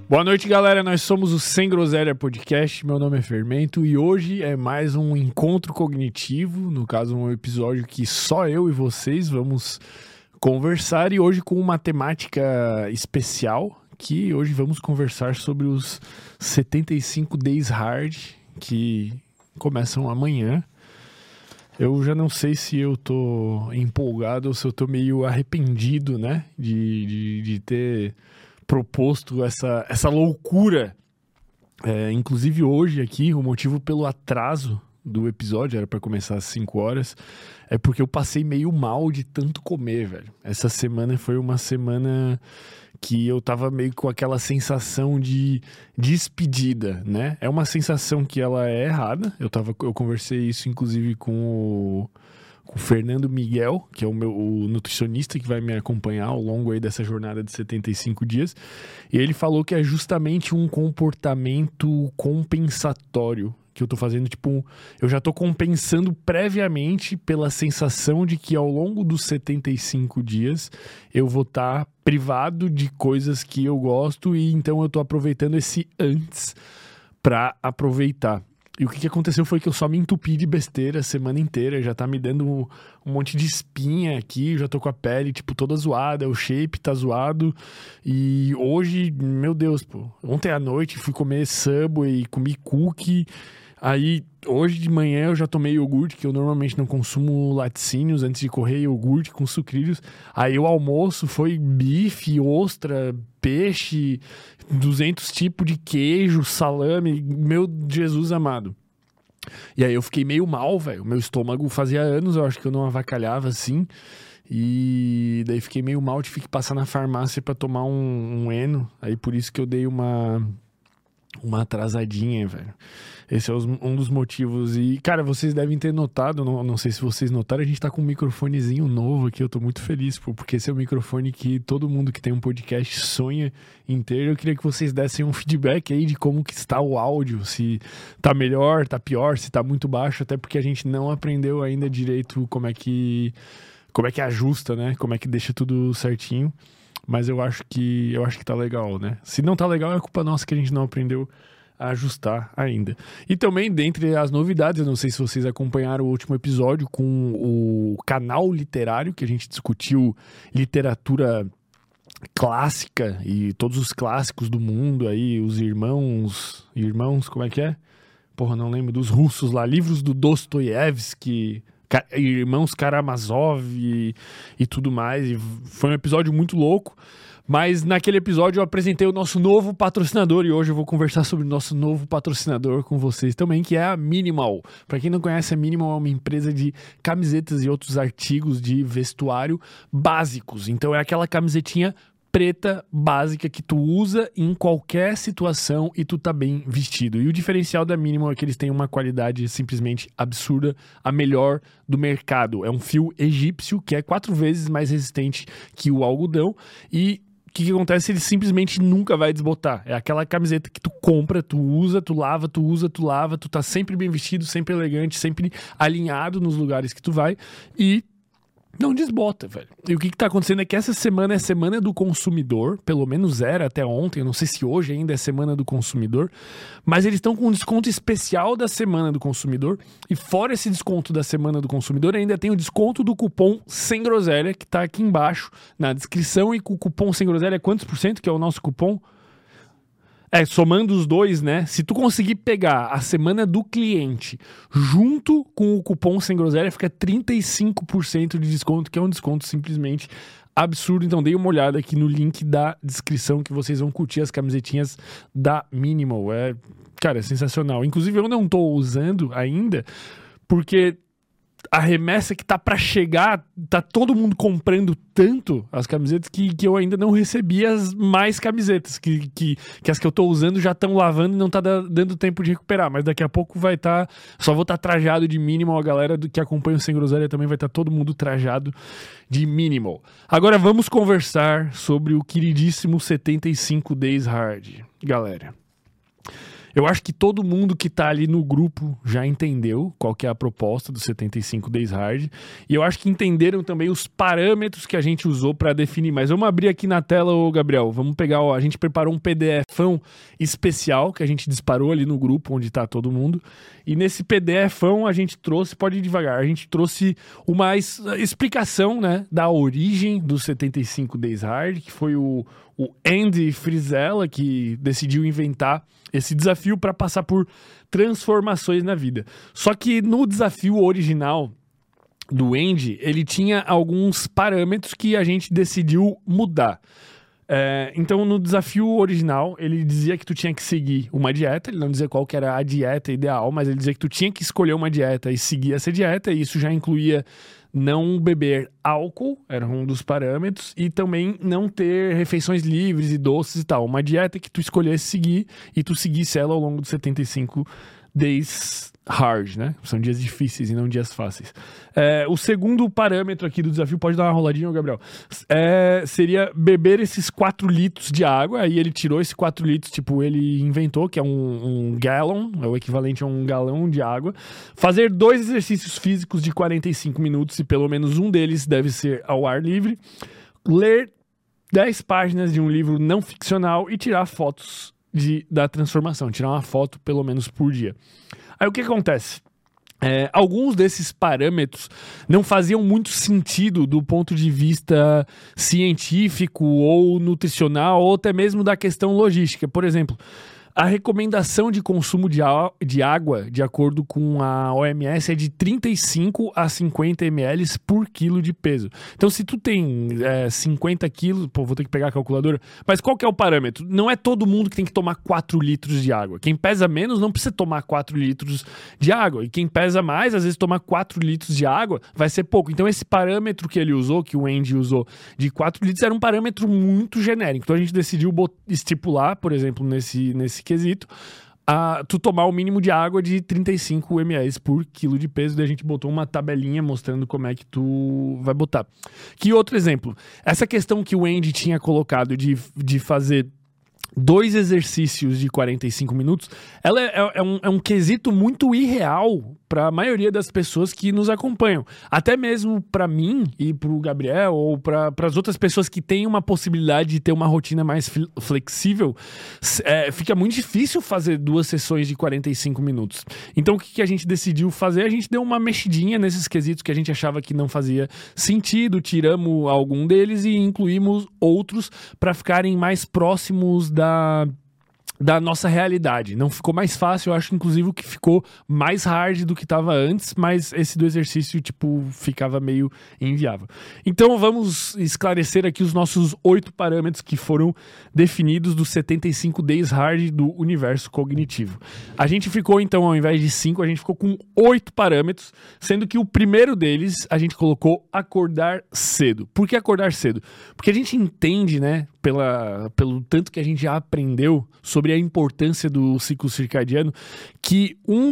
Boa noite, galera. Nós somos o Sem Groselha Podcast. Meu nome é Fermento e hoje é mais um encontro cognitivo. No caso, um episódio que só eu e vocês vamos conversar. E hoje com uma temática especial, que hoje vamos conversar sobre os 75 Days Hard, que começam amanhã. Eu já não sei se eu tô empolgado ou se eu tô meio arrependido, né? De ter proposto essa loucura. Inclusive hoje aqui, o motivo pelo atraso do episódio, era para começar às 5 horas, é porque eu passei meio mal de tanto comer, velho. Essa semana foi uma semana que eu tava meio com aquela sensação de despedida, né? É uma sensação que ela é errada. Eu conversei isso, inclusive, com o Fernando Miguel, que é o nutricionista que vai me acompanhar ao longo aí dessa jornada de 75 dias. E ele falou que é justamente um comportamento compensatório que eu tô fazendo, eu já tô compensando previamente pela sensação de que ao longo dos 75 dias eu vou estar privado de coisas que eu gosto e então eu tô aproveitando esse antes pra aproveitar. E o que aconteceu foi que eu só me entupi de besteira a semana inteira, já tá me dando um monte de espinha aqui, já tô com a pele, toda zoada, o shape tá zoado. E hoje, meu Deus, ontem à noite fui comer Subway, comi cookie. Aí, hoje de manhã eu já tomei iogurte, que eu normalmente não consumo laticínios, antes de correr iogurte com sucrilhos. Aí o almoço foi bife, ostra, peixe, 200 tipos de queijo, salame, meu Jesus amado. E aí eu fiquei meio mal, velho, meu estômago fazia anos, eu acho que eu não avacalhava assim. E daí fiquei meio mal, tive que passar na farmácia pra tomar um Eno. Aí por isso que eu dei uma atrasadinha, velho. Esse é um dos motivos. E, cara, vocês devem ter notado, não sei se vocês notaram, a gente tá com um microfonezinho novo aqui, eu tô muito feliz, porque esse é o microfone que todo mundo que tem um podcast sonha em ter. Eu queria que vocês dessem um feedback aí de como que está o áudio, se tá melhor, tá pior, se tá muito baixo, até porque a gente não aprendeu ainda direito como é que ajusta, né? Como é que deixa tudo certinho. Mas eu acho que tá legal, né? Se não tá legal, é culpa nossa que a gente não aprendeu a ajustar ainda. E também, dentre as novidades, eu não sei se vocês acompanharam o último episódio com o canal literário, que a gente discutiu literatura clássica e todos os clássicos do mundo aí, os irmãos, como é que é? Porra, não lembro, dos russos lá, livros do Dostoiévski, Irmãos Karamazov e tudo mais. E foi um episódio muito louco, mas naquele episódio eu apresentei o nosso novo patrocinador e hoje eu vou conversar sobre o nosso novo patrocinador com vocês também, que é a Minimal. Para quem não conhece, a Minimal é uma empresa de camisetas e outros artigos de vestuário básicos. Então é aquela camisetinha preta básica que tu usa em qualquer situação e tu tá bem vestido. E o diferencial da Minimal é que eles têm uma qualidade simplesmente absurda, a melhor do mercado. É um fio egípcio que é 4 vezes mais resistente que o algodão e o que acontece? Ele simplesmente nunca vai desbotar. É aquela camiseta que tu compra, tu usa, tu lava, tu usa, tu lava, tu tá sempre bem vestido, sempre elegante, sempre alinhado nos lugares que tu vai e não desbota, velho. E o que tá acontecendo é que essa semana é semana do consumidor, pelo menos era até ontem, eu não sei se hoje ainda é semana do consumidor, mas eles estão com um desconto especial da semana do consumidor, e fora esse desconto da semana do consumidor, ainda tem o desconto do cupom Sem Groselha, que tá aqui embaixo na descrição, e com o cupom Sem Groselha é quantos por cento que é o nosso cupom? Somando os dois, né? Se tu conseguir pegar a semana do cliente junto com o cupom Sem Groselha, fica 35% de desconto, que é um desconto simplesmente absurdo. Então dê uma olhada aqui no link da descrição que vocês vão curtir as camisetinhas da Minimal. Cara, é sensacional. Inclusive eu não tô usando ainda, porque a remessa que tá pra chegar, tá todo mundo comprando tanto as camisetas que eu ainda não recebi as mais camisetas, que as que eu tô usando já estão lavando e não tá dando tempo de recuperar, mas daqui a pouco vai estar, só vou estar trajado de Minimal, a galera que acompanha o Sem Groselha também vai estar todo mundo trajado de Minimal. Agora vamos conversar sobre o queridíssimo 75 Days Hard, galera. Eu acho que todo mundo que tá ali no grupo já entendeu qual que é a proposta do 75 Days Hard. E eu acho que entenderam também os parâmetros que a gente usou para definir. Mas vamos abrir aqui na tela, ô Gabriel. Vamos pegar, ó, a gente preparou um PDFão especial que a gente disparou ali no grupo onde tá todo mundo. E nesse PDFão a gente trouxe, pode ir devagar, a gente trouxe uma explicação, né, da origem do 75 Days Hard, que foi o Andy Frisella que decidiu inventar esse desafio para passar por transformações na vida. Só que no desafio original do Andy, ele tinha alguns parâmetros que a gente decidiu mudar. Então, no desafio original, ele dizia que tu tinha que seguir uma dieta. Ele não dizia qual que era a dieta ideal, mas ele dizia que tu tinha que escolher uma dieta e seguir essa dieta. E isso já incluía não beber álcool, era um dos parâmetros, e também não ter refeições livres e doces e tal. Uma dieta que tu escolhesse seguir e tu seguisse ela ao longo dos 75 Days Hard, né? São dias difíceis e não dias fáceis. O segundo parâmetro aqui do desafio, pode dar uma roladinha, Gabriel, seria beber esses 4 litros de água. Aí ele tirou esses 4 litros, tipo, ele inventou, que é um gallon, é o equivalente a um galão de água. Fazer 2 exercícios físicos de 45 minutos, e pelo menos um deles deve ser ao ar livre. Ler 10 páginas de um livro não ficcional e tirar fotos da transformação, tirar uma foto pelo menos por dia. Aí o que acontece? Alguns desses parâmetros não faziam muito sentido do ponto de vista científico ou nutricional, ou até mesmo da questão logística. Por exemplo, a recomendação de consumo de água, de acordo com a OMS, é de 35 a 50 ml por quilo de peso. Então, se tu tem 50 quilos, vou ter que pegar a calculadora, mas qual que é o parâmetro? Não é todo mundo que tem que tomar 4 litros de água. Quem pesa menos não precisa tomar 4 litros de água. E quem pesa mais, às vezes tomar 4 litros de água vai ser pouco. Então, esse parâmetro que ele usou, que o Andy usou, de 4 litros, era um parâmetro muito genérico. Então, a gente decidiu estipular, por exemplo, nesse quesito, tu tomar o mínimo de água de 35 ml por quilo de peso. Daí a gente botou uma tabelinha mostrando como é que tu vai botar. Que outro exemplo? Essa questão que o Andy tinha colocado de fazer 2 exercícios de 45 minutos, ela é um quesito muito irreal para a maioria das pessoas que nos acompanham. Até mesmo para mim e para o Gabriel, ou para as outras pessoas que têm uma possibilidade de ter uma rotina mais flexível, fica muito difícil fazer 2 sessões de 45 minutos. Então o que a gente decidiu fazer? A gente deu uma mexidinha nesses quesitos que a gente achava que não fazia sentido, tiramos algum deles e incluímos outros para ficarem mais próximos da nossa realidade. Não ficou mais fácil, eu acho inclusive que ficou mais hard do que estava antes, mas esse do exercício, tipo, ficava meio inviável. Então vamos esclarecer aqui os nossos 8 parâmetros que foram definidos dos 75 Days Hard do universo cognitivo. A gente ficou, então, ao invés de 5, a gente ficou com 8 parâmetros, sendo que o primeiro deles a gente colocou acordar cedo. Por que acordar cedo? Porque a gente entende, né, pelo tanto que a gente já aprendeu sobre a importância do ciclo circadiano, que um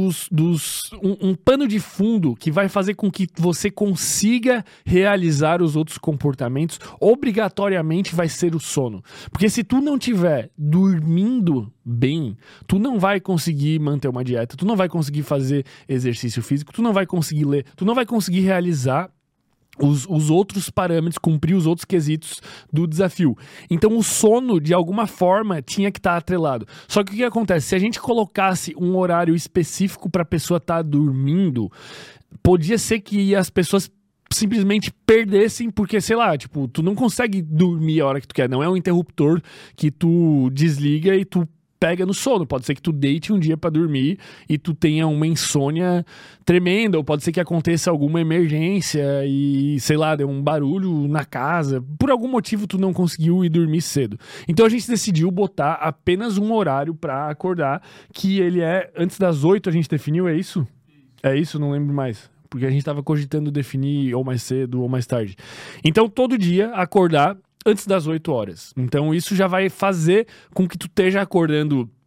pano de fundo que vai fazer com que você consiga realizar os outros comportamentos, obrigatoriamente vai ser o sono. Porque se tu não tiver dormindo bem, tu não vai conseguir manter uma dieta, tu não vai conseguir fazer exercício físico, tu não vai conseguir ler, tu não vai conseguir realizar os outros parâmetros, cumprir os outros quesitos do desafio. Então o sono, de alguma forma, tinha que estar atrelado. Só que o que acontece? Se a gente colocasse um horário específico para a pessoa estar dormindo, podia ser que as pessoas simplesmente perdessem, porque, sei lá, tipo, tu não consegue dormir a hora que tu quer. Não é um interruptor que tu desliga e tu pega no sono. Pode ser que tu deite um dia pra dormir e tu tenha uma insônia tremenda, ou pode ser que aconteça alguma emergência e, sei lá, deu um barulho na casa. Por algum motivo tu não conseguiu ir dormir cedo. Então a gente decidiu botar apenas um horário pra acordar, que ele é antes das 8, a gente definiu, é isso? É isso, não lembro mais. Porque a gente tava cogitando definir ou mais cedo ou mais tarde. Então todo dia acordar antes das 8 horas. Então isso já vai fazer com que tu esteja acordando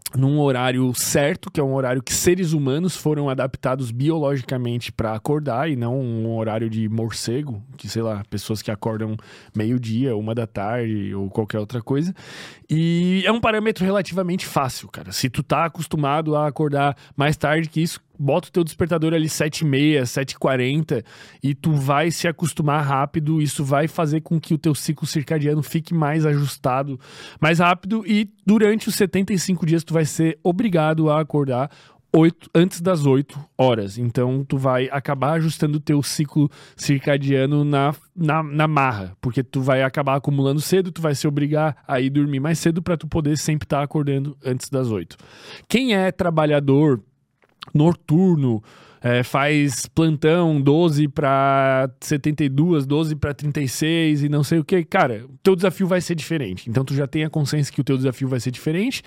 num horário certo, que é um horário que seres humanos foram adaptados biologicamente para acordar, e não um horário de morcego, que, sei lá, pessoas que acordam meio-dia, 1 da tarde ou qualquer outra coisa. E é um parâmetro relativamente fácil, cara. Se tu tá acostumado a acordar mais tarde que isso, bota o teu despertador ali 7h30, 7h40 e tu vai se acostumar rápido. Isso vai fazer com que o teu ciclo circadiano fique mais ajustado, mais rápido, e durante os 75 dias tu vai ser obrigado a acordar antes das 8 horas. Então tu vai acabar ajustando o teu ciclo circadiano na marra, porque tu vai acabar acumulando cedo, tu vai se obrigar a ir dormir mais cedo para tu poder sempre estar acordando antes das 8. Quem é trabalhador noturno, faz plantão 12 para 72, 12 para 36 e não sei o que, cara, o teu desafio vai ser diferente. Então tu já tenha consciência que o teu desafio vai ser diferente.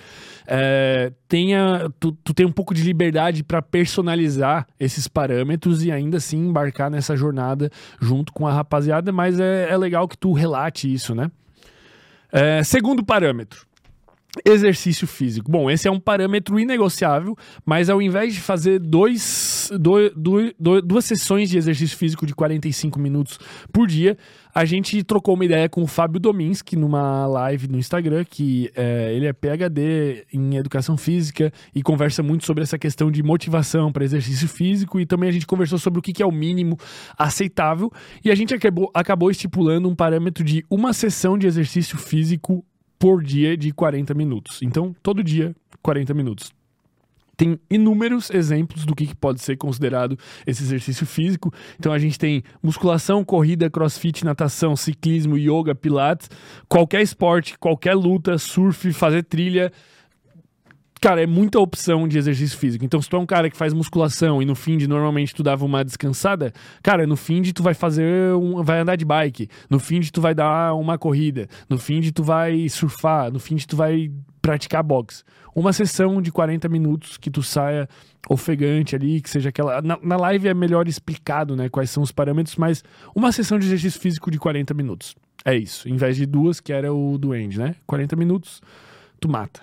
Tu tem um pouco de liberdade para personalizar esses parâmetros e ainda assim embarcar nessa jornada junto com a rapaziada, mas é legal que tu relate isso, né? Segundo parâmetro: exercício físico. Bom, esse é um parâmetro inegociável, mas ao invés de fazer duas sessões de exercício físico de 45 minutos por dia, a gente trocou uma ideia com o Fábio Dominski numa live no Instagram, que ele é PhD em educação física e conversa muito sobre essa questão de motivação para exercício físico, e também a gente conversou sobre o que é o mínimo aceitável, e a gente acabou estipulando um parâmetro de uma sessão de exercício físico por dia de 40 minutos. Então, todo dia, 40 minutos. Tem inúmeros exemplos do que pode ser considerado esse exercício físico. Então, a gente tem musculação, corrida, crossfit, natação, ciclismo, yoga, pilates, qualquer esporte, qualquer luta, surf, fazer trilha. Cara, é muita opção de exercício físico. Então, se tu é um cara que faz musculação e no fim de normalmente tu dava uma descansada, cara, no fim de tu vai vai andar de bike, no fim de tu vai dar uma corrida, no fim de tu vai surfar, no fim de tu vai praticar boxe. Uma sessão de 40 minutos que tu saia ofegante ali, que seja aquela... Na live é melhor explicado, né, quais são os parâmetros, mas uma sessão de exercício físico de 40 minutos. É isso. Em vez de 2, que era o do Andy, né? 40 minutos, tu mata.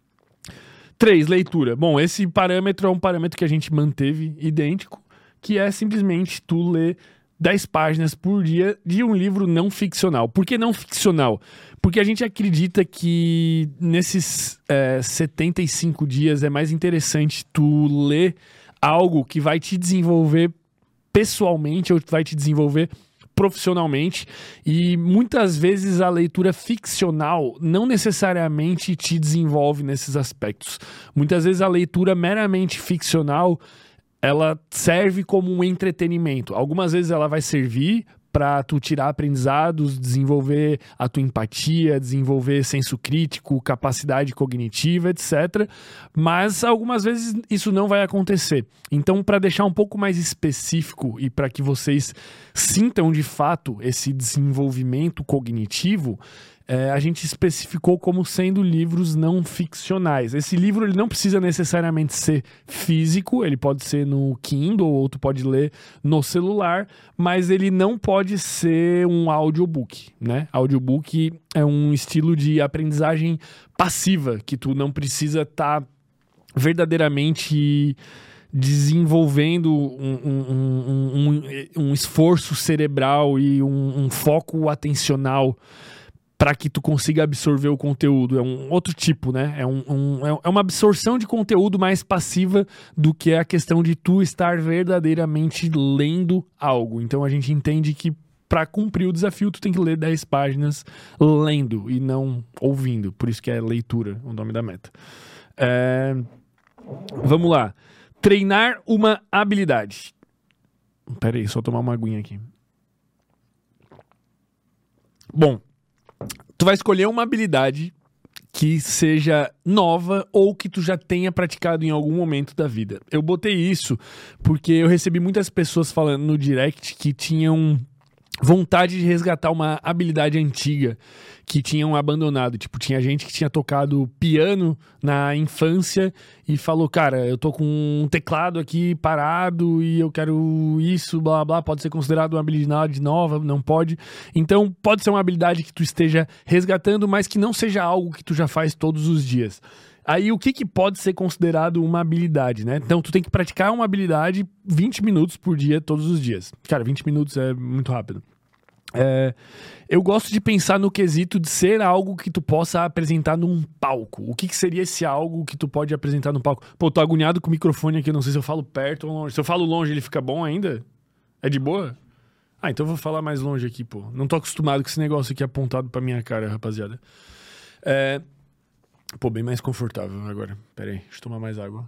3, leitura. Bom, esse parâmetro é um parâmetro que a gente manteve idêntico, que é simplesmente tu ler 10 páginas por dia de um livro não ficcional. Por que não ficcional? Porque a gente acredita que nesses 75 dias é mais interessante tu ler algo que vai te desenvolver pessoalmente ou vai te desenvolver profissionalmente, e muitas vezes a leitura ficcional não necessariamente te desenvolve nesses aspectos. Muitas vezes a leitura meramente ficcional, ela serve como um entretenimento. Algumas vezes ela vai servir para tu tirar aprendizados, desenvolver a tua empatia, desenvolver senso crítico, capacidade cognitiva, etc. Mas algumas vezes isso não vai acontecer. Então, para deixar um pouco mais específico e para que vocês sintam de fato esse desenvolvimento cognitivo, a gente especificou como sendo livros não ficcionais. Esse livro ele não precisa necessariamente ser físico, ele pode ser no Kindle ou tu pode ler no celular, mas ele não pode ser um audiobook, né? Audiobook é um estilo de aprendizagem passiva, que tu não precisa estar verdadeiramente desenvolvendo um esforço cerebral e um foco atencional para que tu consiga absorver o conteúdo. É um outro tipo, né? É uma absorção de conteúdo mais passiva do que a questão de tu estar verdadeiramente lendo algo. Então a gente entende que para cumprir o desafio tu tem que ler 10 páginas lendo e não ouvindo. Por isso que é leitura o nome da meta. Vamos lá. Treinar uma habilidade. Pera aí, só tomar uma aguinha aqui. Bom, tu vai escolher uma habilidade que seja nova ou que tu já tenha praticado em algum momento da vida. Eu botei isso porque eu recebi muitas pessoas falando no direct que tinham vontade de resgatar uma habilidade antiga que tinham abandonado. Tipo, tinha gente que tinha tocado piano na infância e falou, cara, eu tô com um teclado aqui parado e eu quero isso, blá blá, pode ser considerado uma habilidade nova, não pode. Então, pode ser uma habilidade que tu esteja resgatando, mas que não seja algo que tu já faz todos os dias. Aí, o que pode ser considerado uma habilidade, né? Então, tu tem que praticar uma habilidade 20 minutos por dia, todos os dias. Cara, 20 minutos é muito rápido. Eu gosto de pensar no quesito de ser algo que tu possa apresentar num palco. O que seria esse algo que tu pode apresentar num palco? Pô, tô agoniado com o microfone aqui, não sei se eu falo perto ou longe. Se eu falo longe, ele fica bom ainda? É de boa? Ah, então eu vou falar mais longe aqui, pô. Não tô acostumado com esse negócio aqui apontado pra minha cara, rapaziada. Pô, bem mais confortável agora. Pera aí, deixa eu tomar mais água.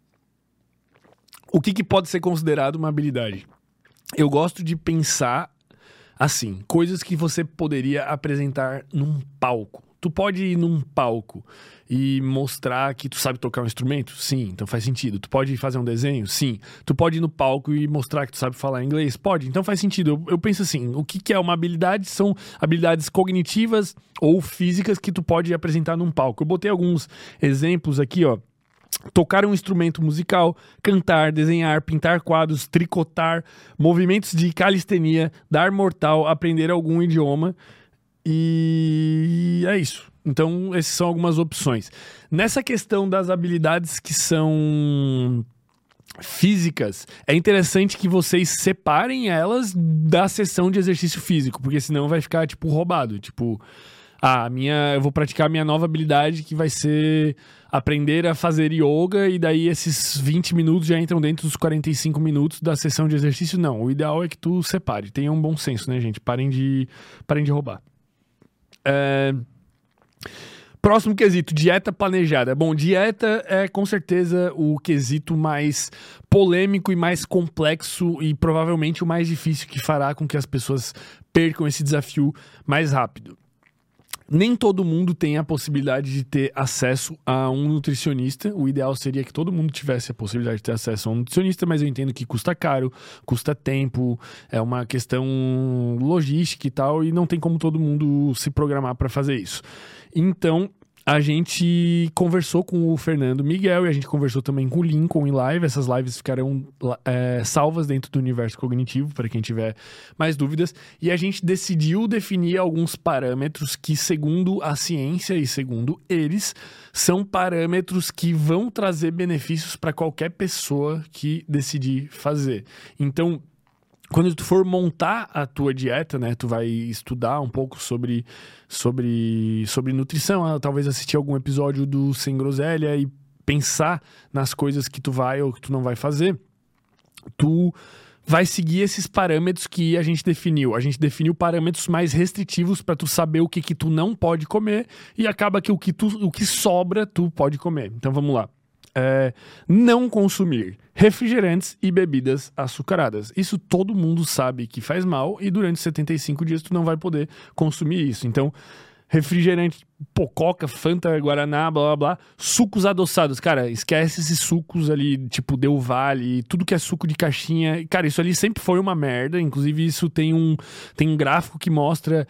O que pode ser considerado uma habilidade? Eu gosto de pensar assim, coisas que você poderia apresentar num palco. Tu pode ir num palco e mostrar que tu sabe tocar um instrumento? Sim, então faz sentido. Tu pode fazer um desenho? Sim. Tu pode ir no palco e mostrar que tu sabe falar inglês? Pode, então faz sentido. Eu penso assim, o que é uma habilidade? São habilidades cognitivas ou físicas que tu pode apresentar num palco. Eu botei alguns exemplos aqui, ó. Tocar um instrumento musical, cantar, desenhar, pintar quadros, tricotar, movimentos de calistenia, dar mortal, aprender algum idioma. E é isso. Então, essas são algumas opções. Nessa questão das habilidades que são físicas, é interessante que vocês separem elas da sessão de exercício físico, porque senão vai ficar, tipo, roubado. Tipo, eu vou praticar a minha nova habilidade que vai ser aprender a fazer yoga e daí esses 20 minutos já entram dentro dos 45 minutos da sessão de exercício. Não, o ideal é que tu separe. Tenha um bom senso, né, gente? Parem de roubar. Próximo quesito, dieta planejada. Bom, dieta é com certeza o quesito mais polêmico e mais complexo e provavelmente o mais difícil que fará com que as pessoas percam esse desafio mais rápido. Nem todo mundo tem a possibilidade de ter acesso a um nutricionista. O ideal seria que todo mundo tivesse a possibilidade de ter acesso a um nutricionista, mas eu entendo que custa caro, custa tempo, é uma questão logística e tal, e não tem como todo mundo se programar para fazer isso. Então, a gente conversou com o Fernando Miguel e a gente conversou também com o Lincoln em live. Essas lives ficarão salvas dentro do Universo Cognitivo, para quem tiver mais dúvidas. E a gente decidiu definir alguns parâmetros que, segundo a ciência e segundo eles, são parâmetros que vão trazer benefícios para qualquer pessoa que decidir fazer. Então, quando tu for montar a tua dieta, né, tu vai estudar um pouco sobre nutrição, talvez assistir algum episódio do Sem Groselha e pensar nas coisas que tu vai ou que tu não vai fazer, tu vai seguir esses parâmetros que a gente definiu. A gente definiu parâmetros mais restritivos para tu saber o que tu não pode comer e acaba que o que sobra tu pode comer. Então vamos lá. Não consumir refrigerantes e bebidas açucaradas. Isso todo mundo sabe que faz mal e durante 75 dias tu não vai poder consumir isso. Então, refrigerante, Coca, Fanta, Guaraná, blá blá blá, sucos adoçados, cara, esquece esses sucos ali, tipo Del Valle, tudo que é suco de caixinha, cara, isso ali sempre foi uma merda, inclusive isso tem um gráfico que mostra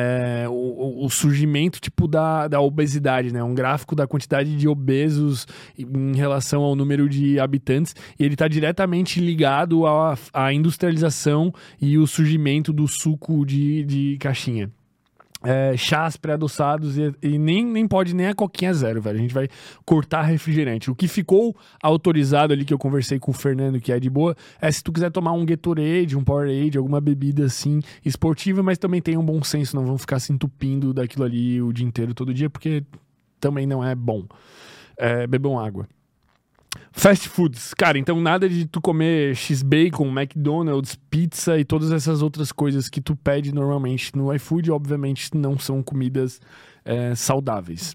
o surgimento, tipo, da obesidade, né, um gráfico da quantidade de obesos em relação ao número de habitantes, e ele tá diretamente ligado à industrialização e o surgimento do suco de caixinha. Chás pré-adoçados e nem pode nem a coquinha zero, velho. A gente vai cortar refrigerante. O que ficou autorizado ali, que eu conversei com o Fernando, que é de boa, é se tu quiser tomar um Gatorade, um Powerade, alguma bebida assim, esportiva, mas também tenha um bom senso, não vão ficar se entupindo daquilo ali o dia inteiro, todo dia, porque também não é bom. Bebam água. Fast foods, cara, então nada de tu comer X-Bacon, McDonald's, pizza e todas essas outras coisas que tu pede normalmente no iFood, obviamente não são comidas saudáveis.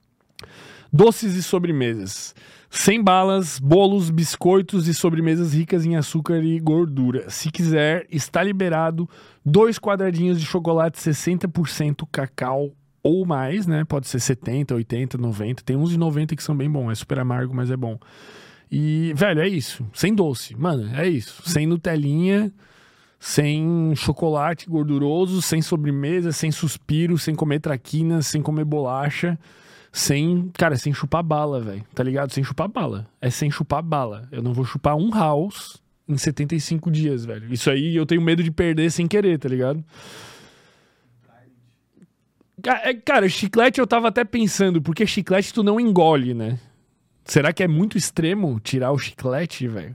Doces e sobremesas. Sem balas, bolos, biscoitos e sobremesas ricas em açúcar e gordura. Se quiser, está liberado 2 quadradinhos de chocolate 60% cacau ou mais, né? Pode ser 70, 80, 90. Tem uns de 90 que são bem bons. É super amargo, mas é bom. E, velho, é isso. Sem doce. Mano, é isso. Sem Nutelinha, sem chocolate gorduroso, sem sobremesa, sem suspiro, sem comer traquinas, sem comer bolacha. Sem chupar bala, velho. Tá ligado? Sem chupar bala. É sem chupar bala. Eu não vou chupar um house em 75 dias, velho. Isso aí eu tenho medo de perder sem querer, tá ligado? Cara, chiclete eu tava até pensando, porque chiclete tu não engole, né? Será que é muito extremo tirar o chiclete, velho?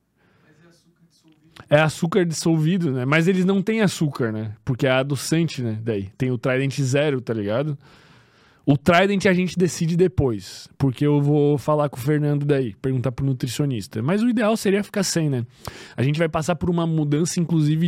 É açúcar dissolvido, né? Mas eles não têm açúcar, né? Porque é adoçante, né? Daí tem o Trident Zero, tá ligado? O Trident a gente decide depois, porque eu vou falar com o Fernando daí, perguntar pro nutricionista. Mas o ideal seria ficar sem, né? A gente vai passar por uma mudança, inclusive,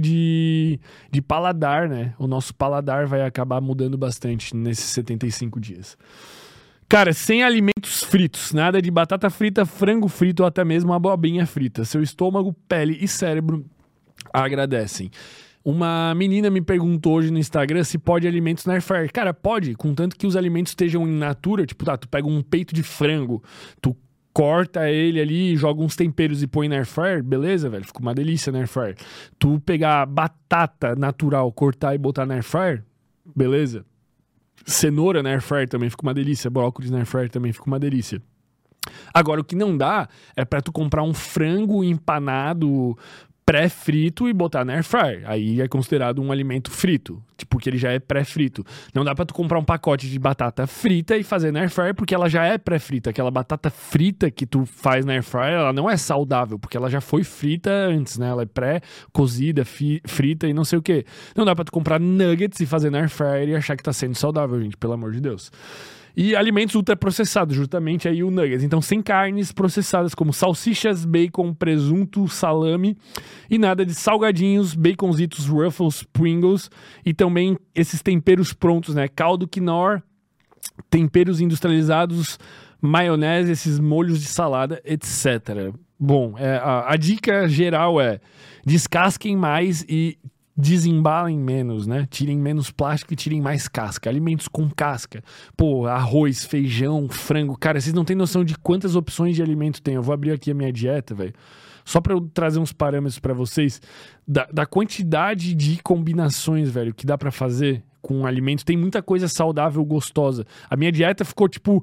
de paladar, né? O nosso paladar vai acabar mudando bastante nesses 75 dias. Cara, sem alimentos fritos, nada de batata frita, frango frito ou até mesmo abobrinha frita. Seu estômago, pele e cérebro agradecem. Uma menina me perguntou hoje no Instagram se pode alimentos na air fryer. Cara, pode, contanto que os alimentos estejam in natura. Tipo, tá, tu pega um peito de frango, tu corta ele ali, joga uns temperos e põe na air fryer, beleza, velho? Fica uma delícia na air fryer. Tu pegar batata natural, cortar e botar na air fryer, beleza? Cenoura na air fryer também fica uma delícia. Brócolis na air fryer também fica uma delícia. Agora, o que não dá é pra tu comprar um frango empanado pré-frito e botar na air fryer. Aí é considerado um alimento frito, tipo, que ele já é pré-frito. Não dá pra tu comprar um pacote de batata frita e fazer na air fryer, porque ela já é pré-frita. Aquela batata frita que tu faz na air fryer, ela não é saudável, porque ela já foi frita antes, né? Ela é pré-cozida, frita e não sei o que. Não dá pra tu comprar nuggets e fazer na air fryer e achar que tá sendo saudável, gente, pelo amor de Deus. E alimentos ultraprocessados, justamente aí o nuggets. Então, sem carnes processadas como salsichas, bacon, presunto, salame e nada de salgadinhos, baconzitos, Ruffles, Pringles e também esses temperos prontos, né? Caldo quinoa, temperos industrializados, maionese, esses molhos de salada, etc. Bom, a dica geral é descasquem mais e desembalem menos, né? Tirem menos plástico e tirem mais casca. Alimentos com casca. Pô, arroz, feijão, frango. Cara, vocês não têm noção de quantas opções de alimento tem. Eu vou abrir aqui a minha dieta, velho. Só pra eu trazer uns parâmetros pra vocês. Da quantidade de combinações, velho, que dá pra fazer com alimentos. Tem muita coisa saudável, gostosa. A minha dieta ficou, tipo,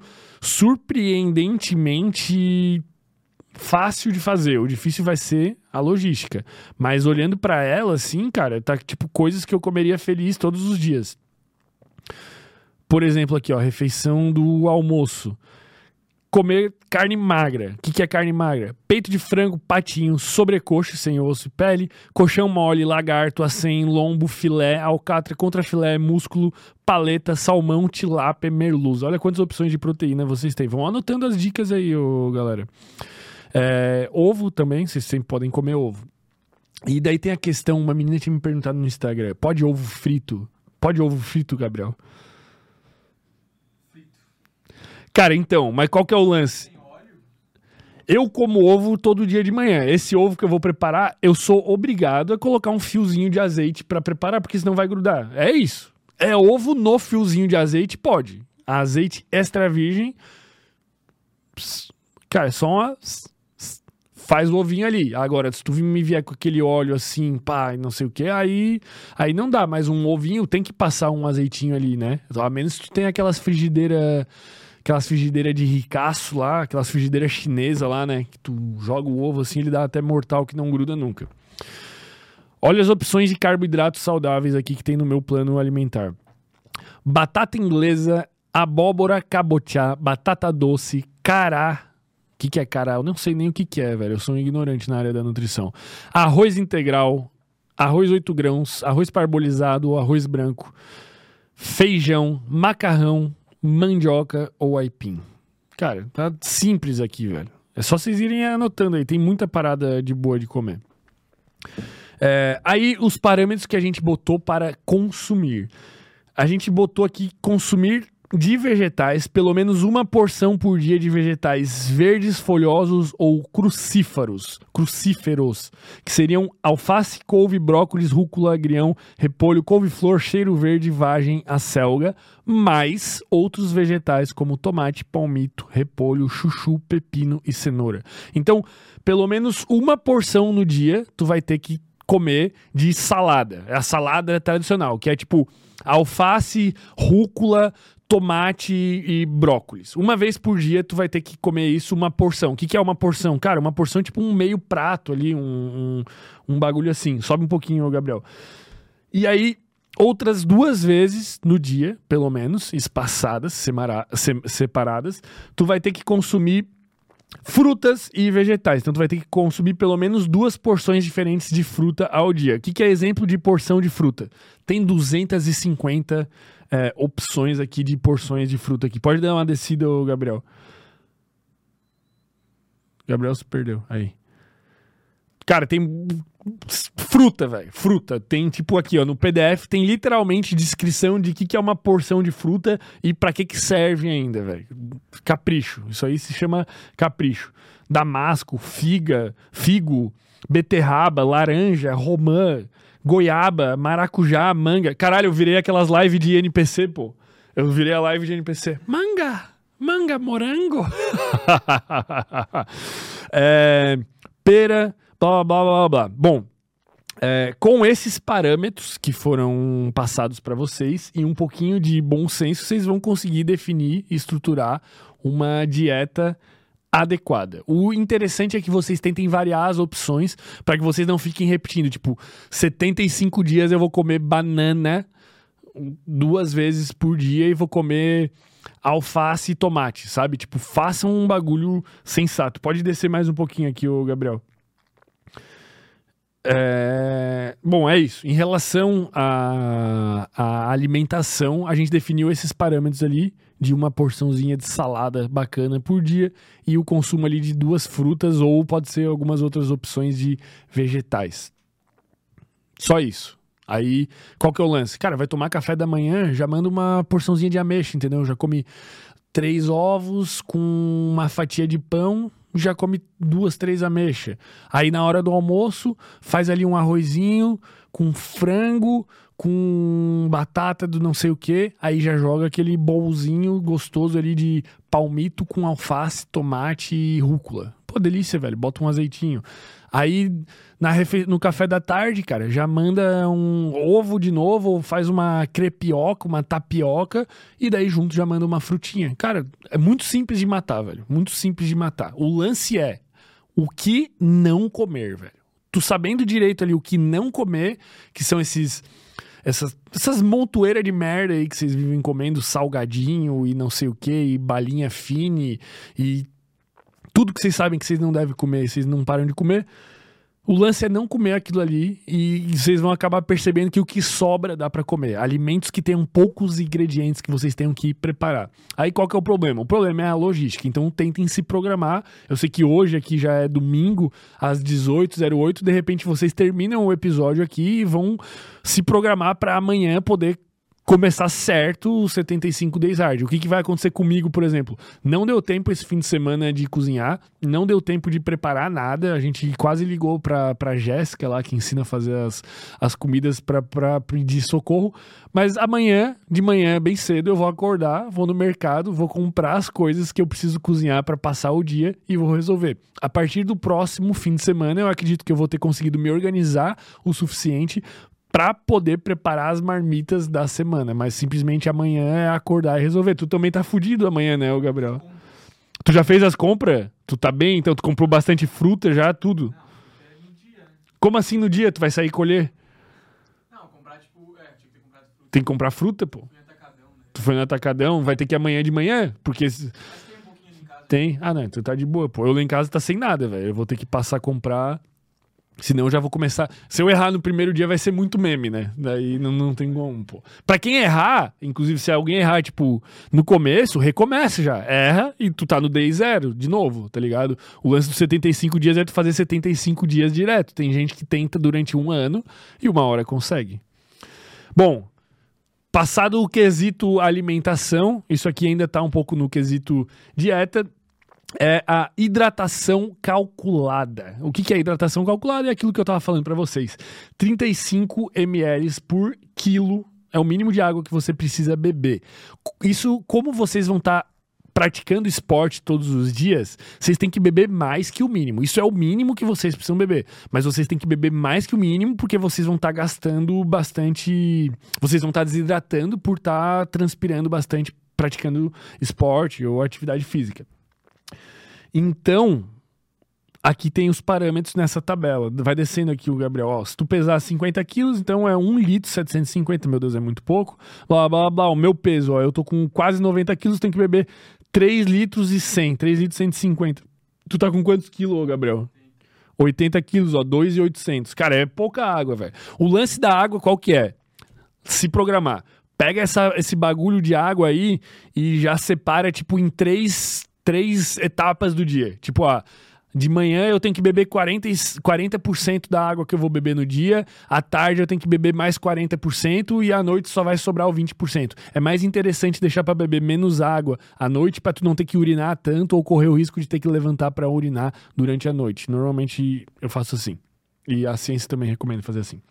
surpreendentemente fácil de fazer. O difícil vai ser a logística. Mas olhando pra ela, assim, cara, tá tipo coisas que eu comeria feliz todos os dias. Por exemplo, aqui, ó, refeição do almoço. Comer carne magra. O que é carne magra? Peito de frango, patinho, sobrecoxa sem osso e pele, colchão mole, lagarto, acém, lombo, filé, alcatra, contrafilé, músculo, paleta, salmão, tilápia, merluza. Olha quantas opções de proteína vocês têm. Vão anotando as dicas aí, galera. Ovo também, vocês sempre podem comer ovo. E daí tem a questão, uma menina tinha me perguntado no Instagram, pode ovo frito? Pode ovo frito, Gabriel? Frito. Cara, então, mas qual que é o lance? Tem óleo? Eu como ovo todo dia de manhã. Esse ovo que eu vou preparar, eu sou obrigado a colocar um fiozinho de azeite pra preparar, porque senão vai grudar. É isso. É ovo no fiozinho de azeite, pode. Azeite extra virgem. Cara, é só uma... Faz o ovinho ali. Agora, se tu me vier com aquele óleo assim, pá, não sei o que, aí não dá. Mas um ovinho tem que passar um azeitinho ali, né? A menos que tu tenha aquelas frigideiras de ricaço lá, aquelas frigideiras chinesas lá, né? Que tu joga o ovo assim, ele dá até mortal que não gruda nunca. Olha as opções de carboidratos saudáveis aqui que tem no meu plano alimentar. Batata inglesa, abóbora cabotiá, batata doce, cará. O que é cará? Eu não sei nem o que é, velho. Eu sou um ignorante na área da nutrição. Arroz integral, arroz 8 grãos, arroz parbolizado ou arroz branco, feijão, macarrão, mandioca ou aipim. Cara, tá simples aqui, velho. É só vocês irem anotando aí. Tem muita parada de boa de comer. Aí os parâmetros que a gente botou para consumir. A gente botou aqui consumir de vegetais, pelo menos uma porção por dia de vegetais verdes, folhosos ou crucíferos, que seriam alface, couve, brócolis, rúcula, agrião, repolho, couve-flor, cheiro verde, vagem, acelga, mais outros vegetais como tomate, palmito, repolho, chuchu, pepino e cenoura. Então, pelo menos uma porção no dia tu vai ter que comer de salada. A salada tradicional, que é tipo alface, rúcula, tomate e brócolis. Uma vez por dia tu vai ter que comer isso, uma porção. O que é uma porção? Cara, uma porção é tipo um meio prato ali, um bagulho assim. Sobe um pouquinho, Gabriel. E aí, outras 2 vezes no dia, pelo menos, espaçadas, separadas, tu vai ter que consumir frutas e vegetais. Então tu vai ter que consumir pelo menos 2 porções diferentes de fruta ao dia. O que é exemplo de porção de fruta? Tem 250 opções aqui de porções de fruta aqui. Pode dar uma descida, Gabriel. Gabriel se perdeu. Aí. Cara, tem fruta, velho. Fruta. Tem tipo aqui, ó, no PDF tem literalmente descrição de que é uma porção de fruta e pra que serve ainda, velho. Capricho. Isso aí se chama capricho. Damasco, figo, beterraba, laranja, romã, goiaba, maracujá, manga. Caralho, eu virei aquelas lives de NPC, pô. Eu virei a live de NPC. Manga, morango. Pera, blá, blá, blá, blá. Bom, com esses parâmetros que foram passados para vocês e um pouquinho de bom senso, vocês vão conseguir definir e estruturar uma dieta adequada. O interessante é que vocês tentem variar as opções para que vocês não fiquem repetindo, tipo, 75 dias eu vou comer banana 2 vezes por dia e vou comer alface e tomate, sabe? Tipo, façam um bagulho sensato. Pode descer mais um pouquinho aqui, ô Gabriel. Bom, é isso. Em relação à alimentação, a gente definiu esses parâmetros ali de uma porçãozinha de salada bacana por dia e o consumo ali de 2 frutas ou pode ser algumas outras opções de vegetais. Só isso. Aí, qual que é o lance? Cara, vai tomar café da manhã, já manda uma porçãozinha de ameixa, entendeu? Já come 3 ovos com uma fatia de pão, já come 2, 3 ameixas. Aí na hora do almoço, faz ali um arrozinho com frango, com batata do não sei o que. Aí já joga aquele bolzinho gostoso ali de palmito com alface, tomate e rúcula. Pô, delícia, velho. Bota um azeitinho. Aí no café da tarde, cara, já manda um ovo de novo, ou faz uma crepioca, uma tapioca, e daí junto já manda uma frutinha. Cara, é muito simples de matar, velho. Muito simples de matar. O lance é o que não comer, velho. Tu sabendo direito ali o que não comer, que são essas montoeiras de merda aí que vocês vivem comendo, salgadinho e não sei o que, e balinha fine, e tudo que vocês sabem que vocês não devem comer, vocês não param de comer. O lance é não comer aquilo ali e vocês vão acabar percebendo que o que sobra dá pra comer. Alimentos que tenham poucos ingredientes que vocês tenham que preparar. Aí qual que é o problema? O problema é a logística. Então tentem se programar. Eu sei que hoje aqui já é domingo, às 18h08. De repente vocês terminam o episódio aqui e vão se programar pra amanhã poder começar certo o 75 Days Hard. O que vai acontecer comigo, por exemplo? Não deu tempo esse fim de semana de cozinhar, não deu tempo de preparar nada, a gente quase ligou pra Jéssica lá, que ensina a fazer as comidas pra pedir socorro, mas amanhã, de manhã, bem cedo, eu vou acordar, vou no mercado, vou comprar as coisas que eu preciso cozinhar pra passar o dia e vou resolver. A partir do próximo fim de semana, eu acredito que eu vou ter conseguido me organizar o suficiente pra poder preparar as marmitas da semana. Mas simplesmente amanhã é acordar e resolver. Tu também tá fudido amanhã, né, Gabriel? Tu já fez as compras? Tu tá bem? Então tu comprou bastante fruta já, tudo? Não, é no dia, né? Como assim no dia? Tu vai sair colher? Não, comprar tipo... tinha que ter comprado fruta. Tem que comprar fruta, pô? Fui no atacadão, né? Tu foi no atacadão? Vai ter que ir amanhã de manhã? Porque... Mas tem um pouquinho ali em casa. Tem? Ah, não. Tu tá de boa, pô. Eu lá em casa tá sem nada, velho. Eu vou ter que passar a comprar... Senão eu já vou começar... Se eu errar no primeiro dia vai ser muito meme, né? Daí não tem como, pô. Pra quem errar, inclusive se alguém errar, tipo, no começo, recomeça já. Erra e tu tá no day 0, de novo, tá ligado? O lance dos 75 dias é tu fazer 75 dias direto. Tem gente que tenta durante 1 ano e 1 hora consegue. Bom, passado o quesito alimentação, isso aqui ainda tá um pouco no quesito dieta... É a hidratação calculada. O que é hidratação calculada? É aquilo que eu estava falando para vocês. 35 ml por quilo é o mínimo de água que você precisa beber. Isso, como vocês vão estar praticando esporte todos os dias, vocês têm que beber mais que o mínimo. Isso é o mínimo que vocês precisam beber. Mas vocês têm que beber mais que o mínimo porque vocês vão estar gastando bastante... Vocês vão estar desidratando por estar transpirando bastante, praticando esporte ou atividade física. Então, aqui tem os parâmetros nessa tabela. Vai descendo aqui o Gabriel. Ó, se tu pesar 50 quilos, então é 1 litro 750. Meu Deus, é muito pouco. Blá, blá, blá. O meu peso, ó, eu tô com quase 90 quilos, tenho que beber 3 litros e 100. 3 litros e 150. Tu tá com quantos quilos, ô, Gabriel? 80 quilos, ó, 2.800. Cara, é pouca água, velho. O lance da água, qual que é? Se programar. Pega esse bagulho de água aí e já separa, tipo, em três etapas do dia. Tipo, ó, de manhã eu tenho que beber 40% da água que eu vou beber no dia. À tarde eu tenho que beber mais 40% e à noite só vai sobrar o 20%. É mais interessante deixar pra beber menos água à noite pra tu não ter que urinar tanto ou correr o risco de ter que levantar pra urinar durante a noite. Normalmente eu faço assim. E a ciência também recomenda fazer assim.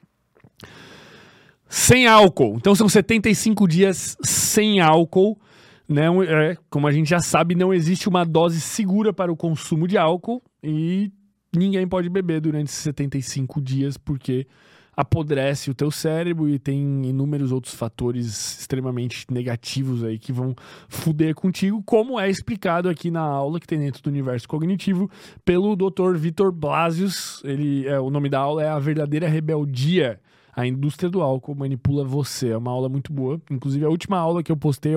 Sem álcool. Então são 75 dias sem álcool. Né? Como a gente já sabe, não existe uma dose segura para o consumo de álcool e ninguém pode beber durante esses 75 dias porque apodrece o teu cérebro e tem inúmeros outros fatores extremamente negativos aí que vão fuder contigo, como é explicado aqui na aula que tem dentro do Universo Cognitivo pelo Dr. Vitor Blasius. O nome da aula é A Verdadeira Rebeldia. A indústria do álcool manipula você. É uma aula muito boa. Inclusive, a última aula que eu postei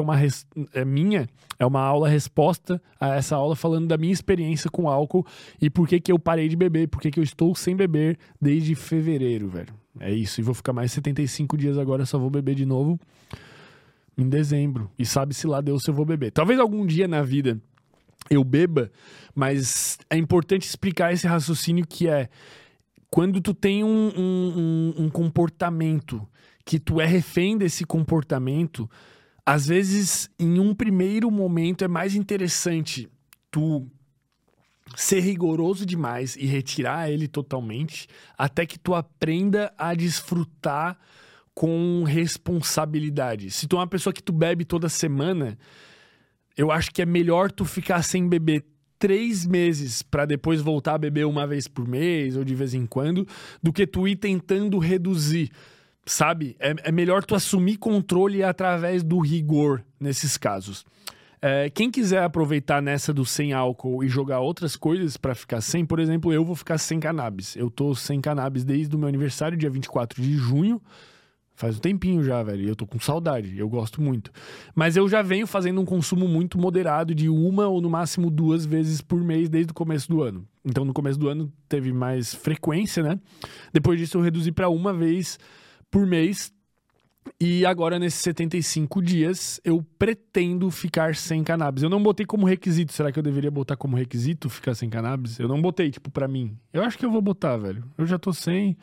é uma aula resposta a essa aula falando da minha experiência com álcool e por que eu parei de beber, por que eu estou sem beber desde fevereiro, velho. É isso. E vou ficar mais 75 dias agora, só vou beber de novo em dezembro. E sabe-se lá Deus se eu vou beber. Talvez algum dia na vida eu beba, mas é importante explicar esse raciocínio que é quando tu tem um comportamento que tu é refém desse comportamento, às vezes, em um primeiro momento, é mais interessante tu ser rigoroso demais e retirar ele totalmente, até que tu aprenda a desfrutar com responsabilidade. Se tu é uma pessoa que tu bebe toda semana, eu acho que é melhor tu ficar sem beber 3 meses pra depois voltar a beber uma vez por mês ou de vez em quando, do que tu ir tentando reduzir, sabe? É melhor tu assumir controle através do rigor nesses casos. Quem quiser aproveitar nessa do sem álcool e jogar outras coisas pra ficar sem, por exemplo, eu vou ficar sem cannabis. Eu tô sem cannabis desde o meu aniversário, dia 24 de junho. Faz um tempinho já, velho. E eu tô com saudade. Eu gosto muito. Mas eu já venho fazendo um consumo muito moderado de 1 ou no máximo 2 vezes por mês desde o começo do ano. Então, no começo do ano teve mais frequência, né? Depois disso, eu reduzi pra 1 vez por mês. E agora, nesses 75 dias, eu pretendo ficar sem cannabis. Eu não botei como requisito. Será que eu deveria botar como requisito ficar sem cannabis? Eu não botei, tipo, pra mim. Eu acho que eu vou botar, velho. Eu já tô sem...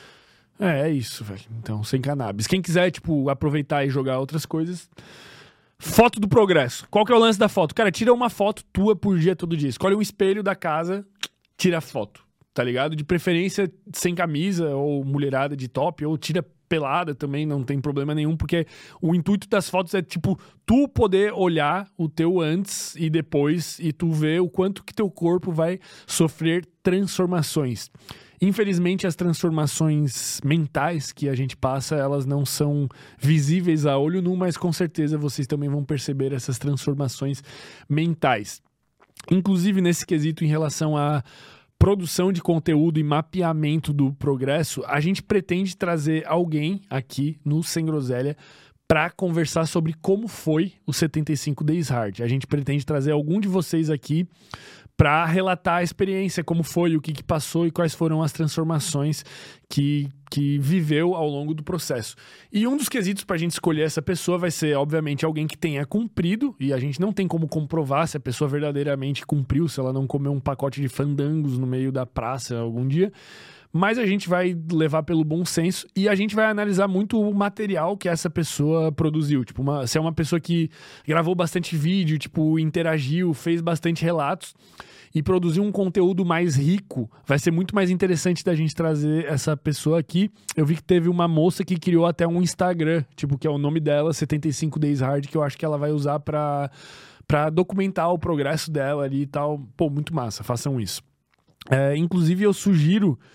É isso, velho. Então, sem cannabis. Quem quiser, tipo, aproveitar e jogar outras coisas... Foto do progresso. Qual que é o lance da foto? Cara, tira uma foto tua por dia, todo dia. Escolhe um espelho da casa, tira a foto, tá ligado? De preferência sem camisa ou mulherada de top, ou tira pelada também, não tem problema nenhum, porque o intuito das fotos é, tipo, tu poder olhar o teu antes e depois e tu ver o quanto que teu corpo vai sofrer transformações. Infelizmente, as transformações mentais que a gente passa, elas não são visíveis a olho nu, mas com certeza vocês também vão perceber essas transformações mentais. Inclusive, nesse quesito em relação à produção de conteúdo e mapeamento do progresso, a gente pretende trazer alguém aqui no Sem Groselha para conversar sobre como foi o 75 Days Hard. A gente pretende trazer algum de vocês aqui para relatar a experiência, como foi, o que passou e quais foram as transformações que viveu ao longo do processo. E um dos quesitos para a gente escolher essa pessoa vai ser, obviamente, alguém que tenha cumprido, e a gente não tem como comprovar se a pessoa verdadeiramente cumpriu, se ela não comeu um pacote de fandangos no meio da praça algum dia, mas a gente vai levar pelo bom senso e a gente vai analisar muito o material que essa pessoa produziu. Tipo, se é uma pessoa que gravou bastante vídeo, tipo, interagiu, fez bastante relatos e produziu um conteúdo mais rico, vai ser muito mais interessante da gente trazer essa pessoa aqui. Eu vi que teve uma moça que criou até um Instagram, tipo, que é o nome dela, 75 Days Hard, que eu acho que ela vai usar pra documentar o progresso dela ali e tal. Pô, muito massa, façam isso. Inclusive, eu sugiro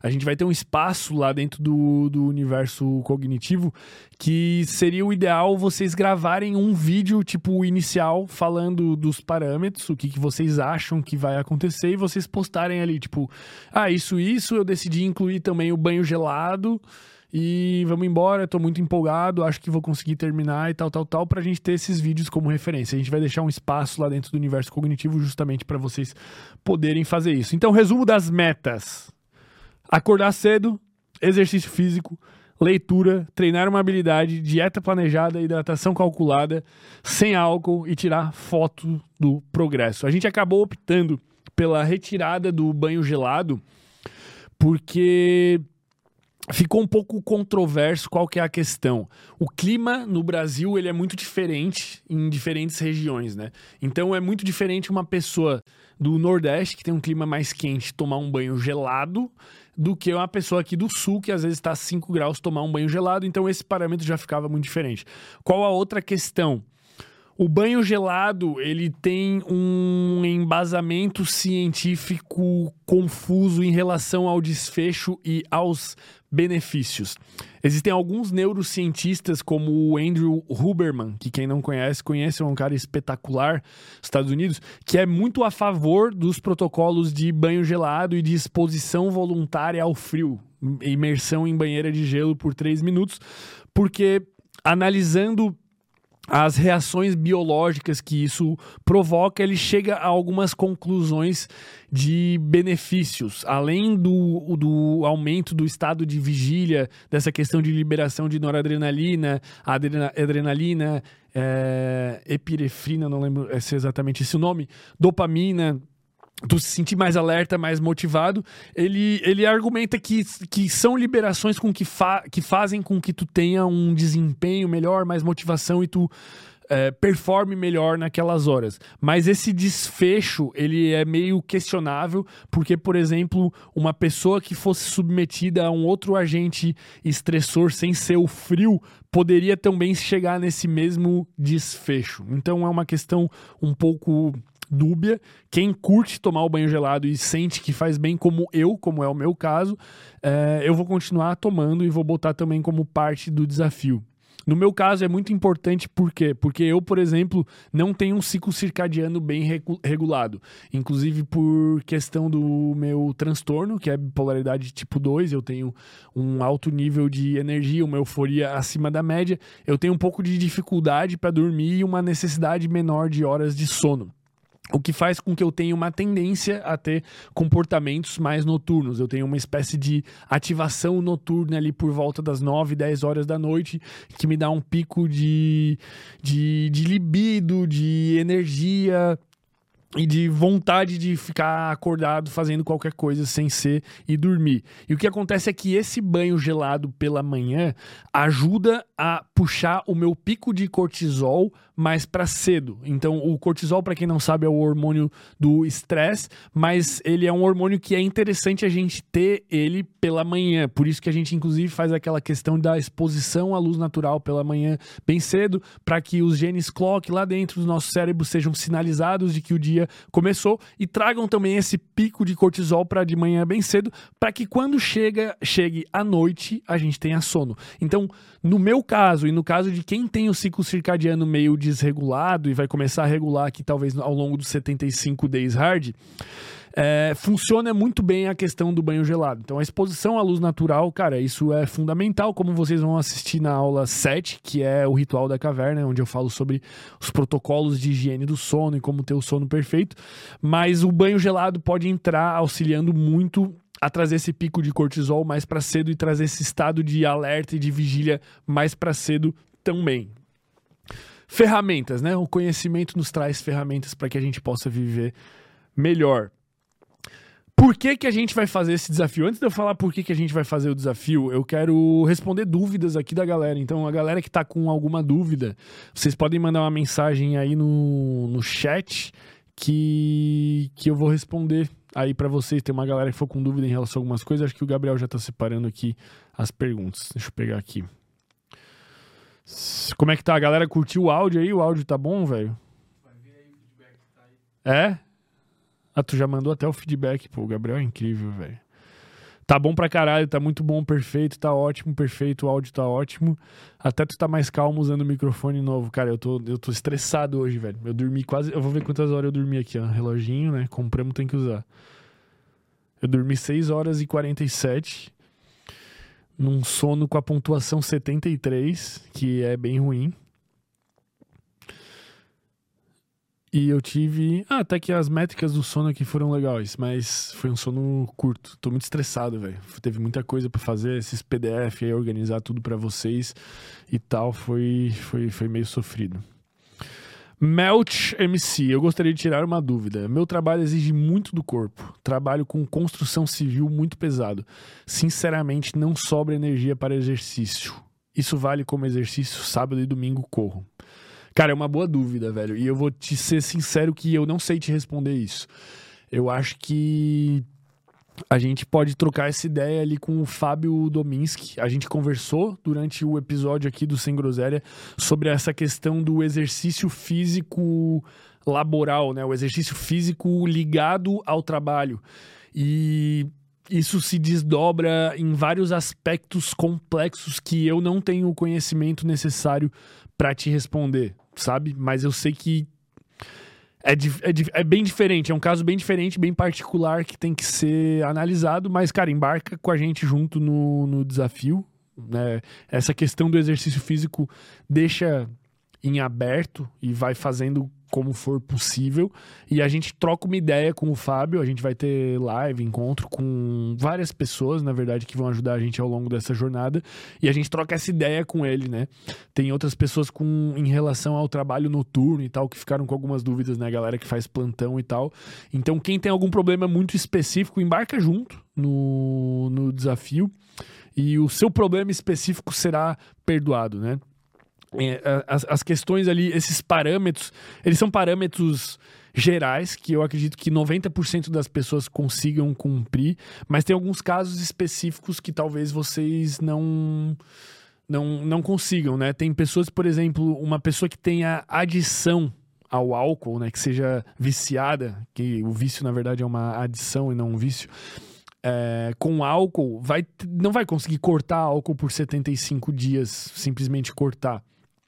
A gente vai ter um espaço lá dentro do universo cognitivo que seria o ideal vocês gravarem um vídeo, tipo, inicial, falando dos parâmetros, o que vocês acham que vai acontecer, e vocês postarem ali, tipo, isso, eu decidi incluir também o banho gelado, e vamos embora, tô muito empolgado, acho que vou conseguir terminar e tal, pra gente ter esses vídeos como referência. A gente vai deixar um espaço lá dentro do universo cognitivo justamente para vocês poderem fazer isso. Então, resumo das metas: acordar cedo, exercício físico, leitura, treinar uma habilidade, dieta planejada, hidratação calculada, sem álcool e tirar foto do progresso. A gente acabou optando pela retirada do banho gelado porque ficou um pouco controverso. Qual que é a questão? O clima no Brasil, ele é muito diferente em diferentes regiões, né? Então é muito diferente uma pessoa do Nordeste, que tem um clima mais quente, tomar um banho gelado, do que uma pessoa aqui do Sul, que às vezes está a 5 graus, tomar um banho gelado. Então esse parâmetro já ficava muito diferente. Qual a outra questão? O banho gelado, ele tem um embasamento científico confuso em relação ao desfecho e aos benefícios. Existem alguns neurocientistas, como o Andrew Huberman, que quem não conhece, é um cara espetacular nos Estados Unidos, que é muito a favor dos protocolos de banho gelado e de exposição voluntária ao frio, imersão em banheira de gelo por 3 minutos, porque analisando as reações biológicas que isso provoca, ele chega a algumas conclusões de benefícios. Além do aumento do estado de vigília, dessa questão de liberação de noradrenalina, adrenalina, epinefrina, não lembro se é exatamente esse o nome, dopamina, tu se sentir mais alerta, mais motivado, ele argumenta que são liberações que fazem com que tu tenha um desempenho melhor, mais motivação e tu performe melhor naquelas horas. Mas esse desfecho, ele é meio questionável, porque, por exemplo, uma pessoa que fosse submetida a um outro agente estressor sem ser o frio, poderia também chegar nesse mesmo desfecho. Então é uma questão um pouco dúbia. Quem curte tomar o banho gelado e sente que faz bem, como é o meu caso, eu vou continuar tomando e vou botar também como parte do desafio. No meu caso é muito importante, por quê? Porque eu, por exemplo, não tenho um ciclo circadiano bem regulado. Inclusive por questão do meu transtorno, que é bipolaridade tipo 2, eu tenho um alto nível de energia, uma euforia acima da média, eu tenho um pouco de dificuldade para dormir e uma necessidade menor de horas de sono. O que faz com que eu tenha uma tendência a ter comportamentos mais noturnos. Eu tenho uma espécie de ativação noturna ali por volta das 9, 10 horas da noite, que me dá um pico de libido, de energia e de vontade de ficar acordado fazendo qualquer coisa sem ser e dormir. E o que acontece é que esse banho gelado pela manhã ajuda a puxar o meu pico de cortisol mais para cedo. Então, o cortisol, para quem não sabe, é o hormônio do estresse, mas ele é um hormônio que é interessante a gente ter ele pela manhã. Por isso que a gente, inclusive, faz aquela questão da exposição à luz natural pela manhã bem cedo, para que os genes clock lá dentro do nosso cérebro sejam sinalizados de que o dia começou e tragam também esse pico de cortisol para de manhã bem cedo, para que quando chegue à noite, a gente tenha sono. Então, no meu caso e no caso de quem tem o ciclo circadiano meio desregulado e vai começar a regular aqui talvez ao longo dos 75 days hard, funciona muito bem a questão do banho gelado. Então a exposição à luz natural, cara, isso é fundamental, como vocês vão assistir na aula 7, que é o Ritual da Caverna, onde eu falo sobre os protocolos de higiene do sono e como ter o sono perfeito. Mas o banho gelado pode entrar auxiliando muito a trazer esse pico de cortisol mais para cedo e trazer esse estado de alerta e de vigília mais para cedo também. Ferramentas, né? O conhecimento nos traz ferramentas para que a gente possa viver melhor. Por que a gente vai fazer esse desafio? Antes de eu falar por que a gente vai fazer o desafio, eu quero responder dúvidas aqui da galera. Então, a galera que tá com alguma dúvida, vocês podem mandar uma mensagem aí no chat que eu vou responder aí pra vocês. Tem uma galera que for com dúvida em relação a algumas coisas. Acho que o Gabriel já tá separando aqui as perguntas. Deixa eu pegar aqui. Como é que tá? A galera curtiu o áudio aí? O áudio tá bom, velho? Vai ver aí o feedback que tá aí. É? Ah, tu já mandou até o feedback. Pô, o Gabriel é incrível, velho. Tá bom pra caralho, tá muito bom, perfeito, tá ótimo, perfeito, o áudio tá ótimo. Até tu tá mais calmo usando o microfone novo. Cara, eu tô estressado hoje, velho. Eu dormi quase... Eu vou ver quantas horas eu dormi aqui, ó. Reloginho, né? Compramos, tem que usar. Eu dormi 6 horas e 47. Num sono com a pontuação 73, que é bem ruim. E eu tive... até que as métricas do sono aqui foram legais, mas foi um sono curto. Tô muito estressado, velho. Teve muita coisa pra fazer, esses PDF aí, organizar tudo pra vocês e tal. Foi meio sofrido. Melt MC, eu gostaria de tirar uma dúvida. Meu trabalho exige muito do corpo. Trabalho com construção civil muito pesado. Sinceramente, não sobra energia para exercício. Isso vale como exercício sábado e domingo corro. Cara, é uma boa dúvida, velho. E eu vou te ser sincero que eu não sei te responder isso. Eu acho que a gente pode trocar essa ideia ali com o Fábio Dominski. A gente conversou durante o episódio aqui do Sem Groselha sobre essa questão do exercício físico laboral, né? O exercício físico ligado ao trabalho. E isso se desdobra em vários aspectos complexos que eu não tenho o conhecimento necessário para te responder, sabe? Mas eu sei que é bem diferente, é um caso bem diferente, bem particular que tem que ser analisado, mas, cara, embarca com a gente junto no desafio, né? Essa questão do exercício físico deixa em aberto e vai fazendo como for possível, e a gente troca uma ideia com o Fábio. A gente vai ter live, encontro com várias pessoas, na verdade, que vão ajudar a gente ao longo dessa jornada, e a gente troca essa ideia com ele, né? Tem outras pessoas em relação ao trabalho noturno e tal, que ficaram com algumas dúvidas, né? A galera que faz plantão e tal. Então, quem tem algum problema muito específico, embarca junto no desafio, e o seu problema específico será perdoado, né? As questões ali, esses parâmetros, eles são parâmetros gerais que eu acredito que 90% das pessoas consigam cumprir, mas tem alguns casos específicos que talvez vocês não consigam, né? Tem pessoas, por exemplo, uma pessoa que tenha adição ao álcool, né, que seja viciada, que o vício na verdade é uma adição e não um vício. Com álcool, não vai conseguir cortar álcool por 75 dias, simplesmente cortar.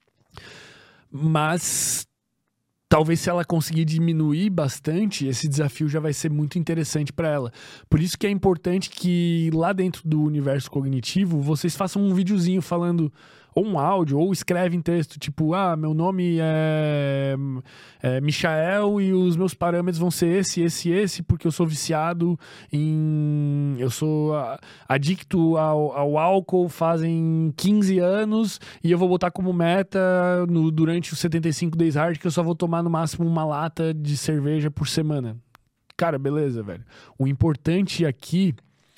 Mas talvez, se ela conseguir diminuir bastante, esse desafio já vai ser muito interessante para ela. Por isso que é importante que lá dentro do universo cognitivo vocês façam um videozinho falando, ou um áudio, ou escrevem texto, tipo, meu nome é Michael e os meus parâmetros vão ser esse, porque eu sou viciado eu sou adicto ao álcool fazem 15 anos e eu vou botar como meta durante os 75 Days Hard que eu só vou tomar no máximo uma lata de cerveja por semana. Cara, beleza, velho. O importante aqui...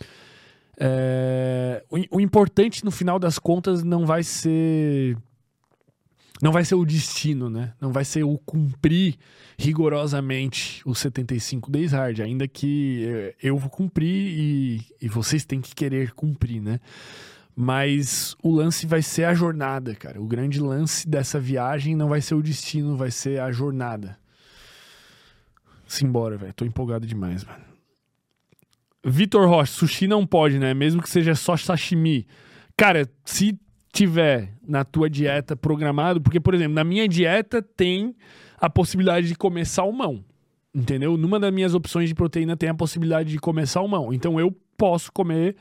O importante no final das contas não vai ser o destino, né? Não vai ser o cumprir rigorosamente os 75 Days Hard, ainda que eu vou cumprir e vocês têm que querer cumprir, né? Mas o lance vai ser a jornada, cara. O grande lance dessa viagem não vai ser o destino, vai ser a jornada. Simbora, velho. Tô empolgado demais, mano. Vitor Rocha, sushi não pode, né? Mesmo que seja só sashimi. Cara, se tiver na tua dieta programado, porque, por exemplo, na minha dieta tem a possibilidade de comer salmão, entendeu? Numa das minhas opções de proteína tem a possibilidade de comer salmão. Então eu posso comer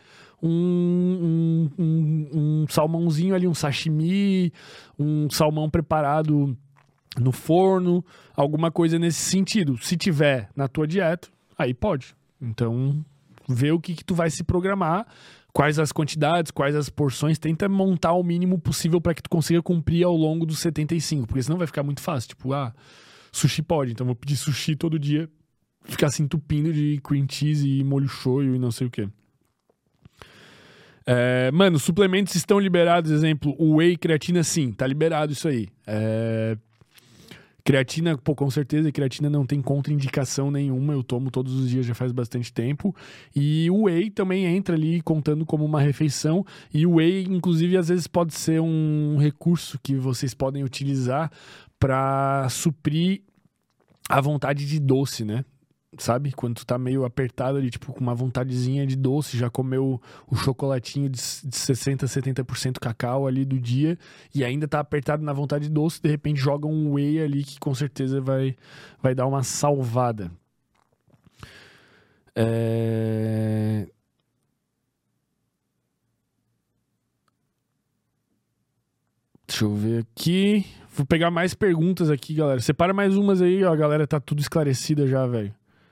um salmãozinho ali, um sashimi, um salmão preparado no forno, alguma coisa nesse sentido. Se tiver na tua dieta, aí pode. Então... vê o que tu vai se programar, quais as quantidades, quais as porções, tenta montar o mínimo possível para que tu consiga cumprir ao longo dos 75, porque senão vai ficar muito fácil, tipo, sushi pode, então vou pedir sushi todo dia, ficar se entupindo de cream cheese e molho shoyu e não sei o que. Mano, suplementos estão liberados, exemplo, o whey, creatina, sim, tá liberado isso aí. Creatina, com certeza, creatina não tem contraindicação nenhuma, eu tomo todos os dias já faz bastante tempo. E o whey também entra ali contando como uma refeição. E o whey, inclusive, às vezes pode ser um recurso que vocês podem utilizar para suprir a vontade de doce, né? sabe? Quando tu tá meio apertado ali, tipo, com uma vontadezinha de doce, já comeu o chocolatinho de 60%, 70% cacau ali do dia, e ainda tá apertado na vontade de doce, de repente joga um whey ali que com certeza vai dar uma salvada. Deixa eu ver aqui. Vou pegar mais perguntas aqui, galera. Separa mais umas aí, ó. A galera tá tudo esclarecida já, velho.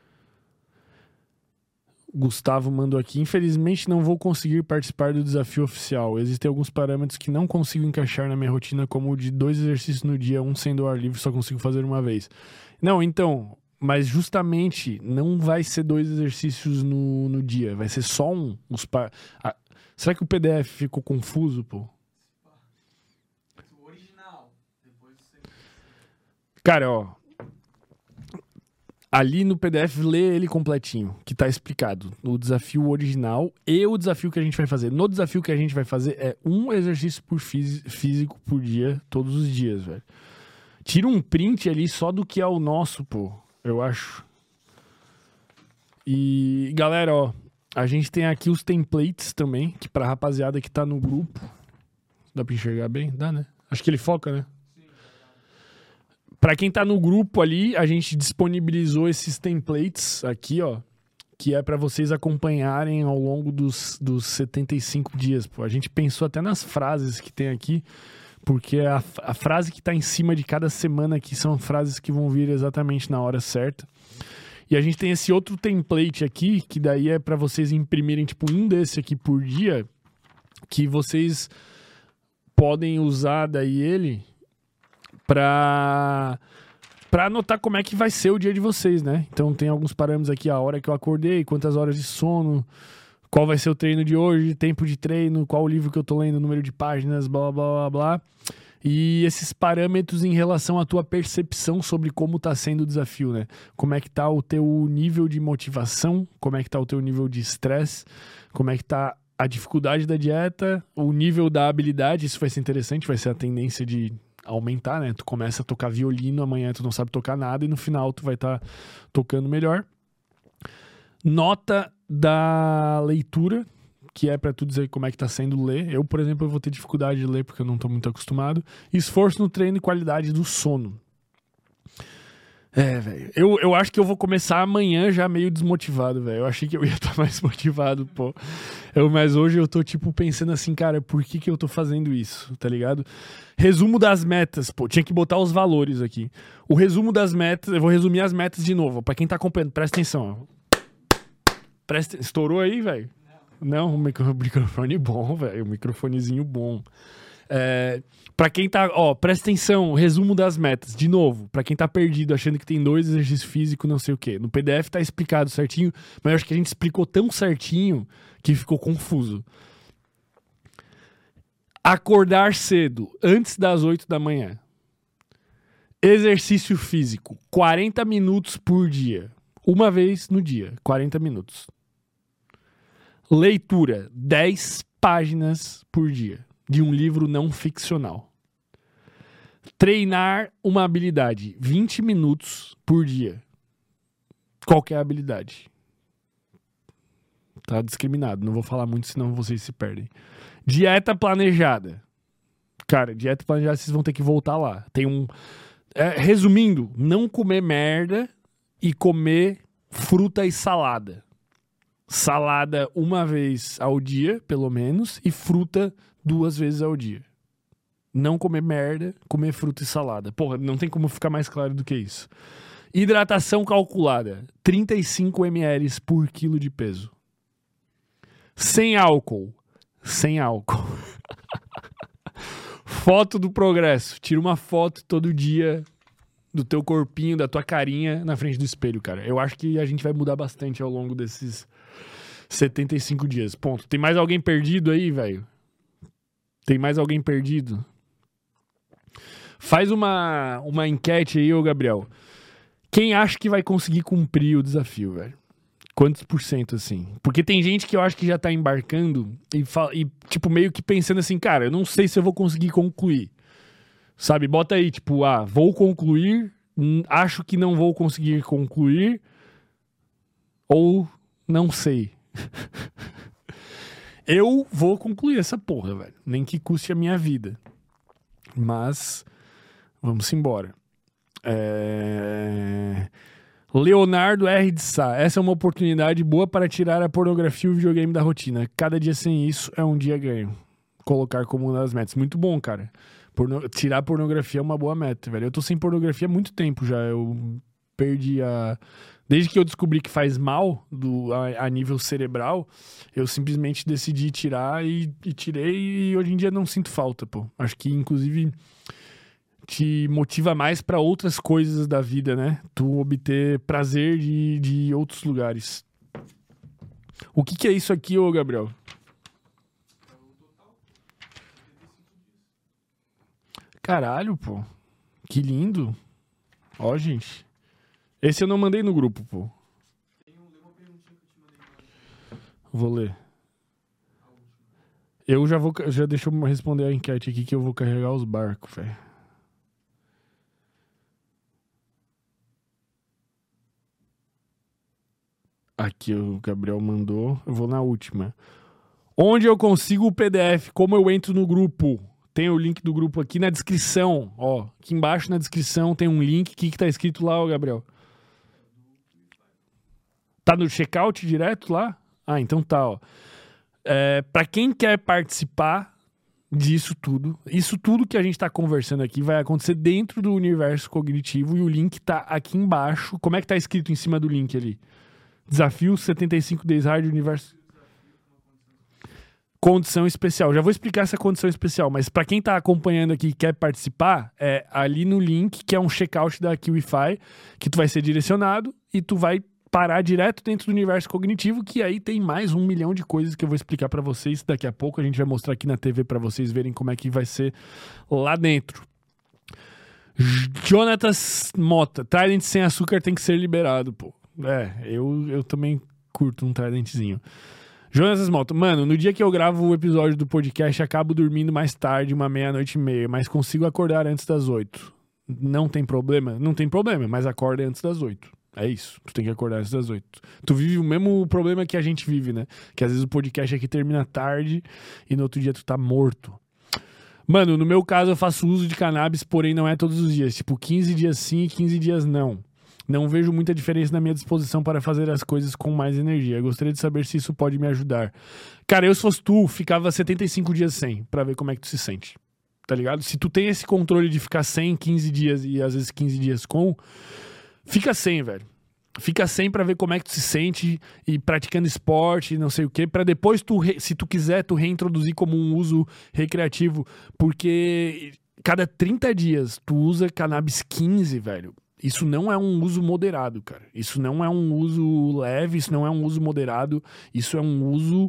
Gustavo mandou aqui. Infelizmente não vou conseguir participar do desafio oficial. Existem alguns parâmetros que não consigo encaixar na minha rotina, como o de 2 exercícios no dia, um sendo ao ar livre, só consigo fazer uma vez. Não, então... Mas justamente não vai ser 2 exercícios no dia. Vai ser só um. Será que o PDF ficou confuso, pô? O original. Depois você... Cara, ó. Ali no PDF, lê ele completinho, que tá explicado. O desafio original e o desafio que a gente vai fazer. No desafio que a gente vai fazer é um exercício físico por dia, todos os dias, velho. Tira um print ali só do que é o nosso, pô. Eu acho. E, galera, ó, a gente tem aqui os templates também, que pra rapaziada que tá no grupo. Dá pra enxergar bem? Dá, né? Acho que ele foca, né? Sim, Pra quem tá no grupo ali, a gente disponibilizou esses templates aqui, ó, que é pra vocês acompanharem ao longo dos 75 dias, pô. A gente pensou até nas frases que tem aqui, porque a frase que tá em cima de cada semana aqui são frases que vão vir exatamente na hora certa. E a gente tem esse outro template aqui, que daí é pra vocês imprimirem, tipo, um desse aqui por dia, que vocês podem usar daí ele pra anotar como é que vai ser o dia de vocês, né? Então tem alguns parâmetros aqui, a hora que eu acordei, quantas horas de sono... Qual vai ser o treino de hoje, tempo de treino, qual o livro que eu tô lendo, número de páginas, blá, blá, blá, blá. E esses parâmetros em relação à tua percepção sobre como tá sendo o desafio, né? Como é que tá o teu nível de motivação, como é que tá o teu nível de estresse, como é que tá a dificuldade da dieta, o nível da habilidade, isso vai ser interessante, vai ser a tendência de aumentar, né? Tu começa a tocar violino, amanhã tu não sabe tocar nada e no final tu vai estar tocando melhor. Nota da leitura, que é pra tu dizer como é que tá sendo ler. Eu, por exemplo, eu vou ter dificuldade de ler porque eu não tô muito acostumado. Esforço no treino e qualidade do sono. Velho. Eu acho que eu vou começar amanhã já meio desmotivado, velho. Eu achei que eu ia estar mais motivado, pô. Mas hoje eu tô, tipo, pensando assim, cara, por que eu tô fazendo isso, tá ligado? Resumo das metas, pô. Tinha que botar os valores aqui. O resumo das metas, eu vou resumir as metas de novo. Pra quem tá acompanhando, presta atenção, ó. Estourou aí, velho? Não, um microfone bom, velho. Um microfonezinho bom. Pra quem tá... Ó, presta atenção. Resumo das metas. De novo, pra quem tá perdido, achando que tem 2 exercícios físicos, não sei o quê. No PDF tá explicado certinho, mas eu acho que a gente explicou tão certinho que ficou confuso. Acordar cedo, antes das 8 da manhã. Exercício físico, 40 minutos por dia. Uma vez no dia, 40 minutos. Leitura, 10 páginas por dia, de um livro não ficcional. Treinar uma habilidade, 20 minutos por dia. Qualquer habilidade. Tá discriminado, não vou falar muito, senão vocês se perdem. Dieta planejada. Cara, dieta planejada, vocês vão ter que voltar lá. Tem um... resumindo, não comer merda e comer fruta e salada. Salada uma vez ao dia, pelo menos, e fruta 2 vezes ao dia. Não comer merda, comer fruta e salada. Porra, não tem como ficar mais claro do que isso. Hidratação calculada, 35 ml por quilo de peso. Sem álcool. Sem álcool. Foto do progresso. Tira uma foto todo dia do teu corpinho, da tua carinha na frente do espelho, cara. Eu acho que a gente vai mudar bastante ao longo desses 75 dias. Ponto. Tem mais alguém perdido aí, velho? Tem mais alguém perdido? Faz uma enquete aí, ô Gabriel. Quem acha que vai conseguir cumprir o desafio, velho? Quantos por cento, assim? Porque tem gente que eu acho que já tá embarcando e tipo, meio que pensando assim, cara, eu não sei se eu vou conseguir concluir. Sabe? Bota aí, tipo, vou concluir, acho que não vou conseguir concluir, Ou não sei. Eu vou concluir essa porra, velho. Nem que custe a minha vida. Mas, vamos embora. Leonardo R. de Sá. Essa é uma oportunidade boa para tirar a pornografia e o videogame da rotina. Cada dia sem isso é um dia ganho. Colocar como uma das metas. Muito bom, cara. Tirar a pornografia é uma boa meta, velho. Eu tô sem pornografia há muito tempo já. Eu perdi a... Desde que eu descobri que faz mal a nível cerebral, eu simplesmente decidi tirar e tirei, e hoje em dia não sinto falta, pô. Acho que, inclusive, te motiva mais pra outras coisas da vida, né? Tu obter prazer de outros lugares. O que é isso aqui, ô Gabriel? Caralho, pô. Que lindo. Ó, gente. Esse eu não mandei no grupo, pô. Tem uma perguntinha que eu te mandei no Vou ler. a última. Já deixa eu responder a enquete aqui que eu vou carregar os barcos, velho. Aqui o Gabriel mandou. Eu vou na última. Onde eu consigo o PDF? Como eu entro no grupo? Tem o link do grupo aqui na descrição. Ó, aqui embaixo na descrição tem um link. O que tá escrito lá, ó, Gabriel? Tá no checkout direto lá? Ah, então tá, ó. Pra quem quer participar disso tudo, isso tudo que a gente tá conversando aqui vai acontecer dentro do universo cognitivo e o link tá aqui embaixo. Como é que tá escrito em cima do link ali? Desafio 75 Days Hard Universo. Condição especial. Já vou explicar essa condição especial, mas pra quem tá acompanhando aqui e quer participar, é ali no link, que é um checkout da QIFI, que tu vai ser direcionado e tu vai parar direto dentro do universo cognitivo, que aí tem mais 1 milhão de coisas que eu vou explicar pra vocês. Daqui a pouco a gente vai mostrar aqui na TV pra vocês verem como é que vai ser lá dentro. Jonatas Mota. Trident sem açúcar tem que ser liberado, pô. Eu também curto um Tridentzinho. Jonas Mota, mano, no dia que eu gravo o episódio do podcast, acabo dormindo mais tarde, 00:30, mas consigo acordar antes das 8. Não tem problema? Não tem problema, mas acorda antes das 8. É isso, tu tem que acordar antes das 8. Tu vive o mesmo problema que a gente vive, né? Que às vezes o podcast aqui termina tarde e no outro dia tu tá morto. Mano, no meu caso eu faço uso de cannabis, porém não é todos os dias. Tipo, 15 dias sim e 15 dias não. Não vejo muita diferença na minha disposição para fazer as coisas com mais energia. Gostaria de saber se isso pode me ajudar. Cara, eu se fosse tu, ficava 75 dias sem, pra ver como é que tu se sente. Tá ligado? Se tu tem esse controle de ficar sem 15 dias e às vezes 15 dias com, fica sem, velho. Fica sem pra ver como é que tu se sente e praticando esporte, não sei o quê, pra depois tu, se tu quiser, tu reintroduzir como um uso recreativo. Porque cada 30 dias tu usa cannabis 15, velho. Isso não é um uso moderado, cara. Isso não é um uso leve, isso não é um uso moderado. Isso é um uso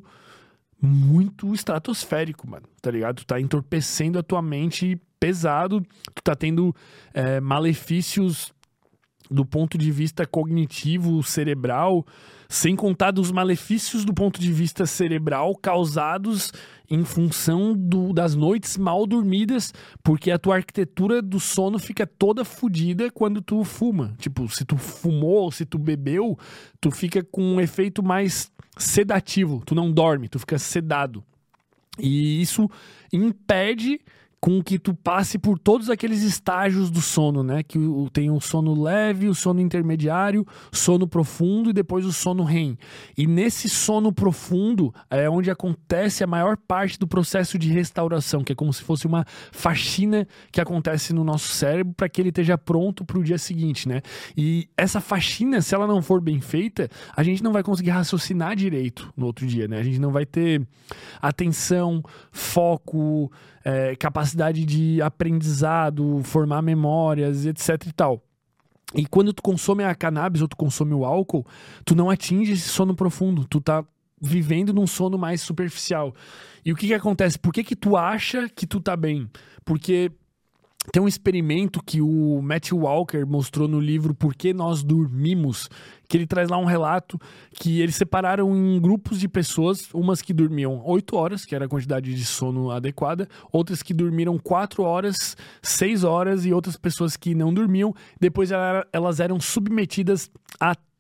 muito estratosférico, mano. Tá ligado? Tu tá entorpecendo a tua mente pesado. Tu tá tendo malefícios do ponto de vista cognitivo, cerebral, sem contar dos malefícios do ponto de vista cerebral causados em função das noites mal dormidas, porque a tua arquitetura do sono fica toda fodida quando tu fuma. Tipo, se tu fumou ou se tu bebeu, tu fica com um efeito mais sedativo. Tu não dorme, tu fica sedado. E isso impede com que tu passe por todos aqueles estágios do sono, né? Que tem o sono leve, o sono intermediário, sono profundo e depois o sono REM. E nesse sono profundo é onde acontece a maior parte do processo de restauração, que é como se fosse uma faxina que acontece no nosso cérebro para que ele esteja pronto para o dia seguinte, né? E essa faxina, se ela não for bem feita, a gente não vai conseguir raciocinar direito no outro dia, né? A gente não vai ter atenção, foco, capacidade de aprendizado, formar memórias, etc e tal. E quando tu consome a cannabis ou tu consome o álcool, tu não atinge esse sono profundo, tu tá vivendo num sono mais superficial. E o que acontece? Por que tu acha que tu tá bem? Porque tem um experimento que o Matthew Walker mostrou no livro Por que Nós Dormimos, que ele traz lá um relato que eles separaram em grupos de pessoas, umas que dormiam 8 horas, que era a quantidade de sono adequada, outras que dormiram 4 horas, 6 horas e outras pessoas que não dormiam. Depois elas eram submetidas a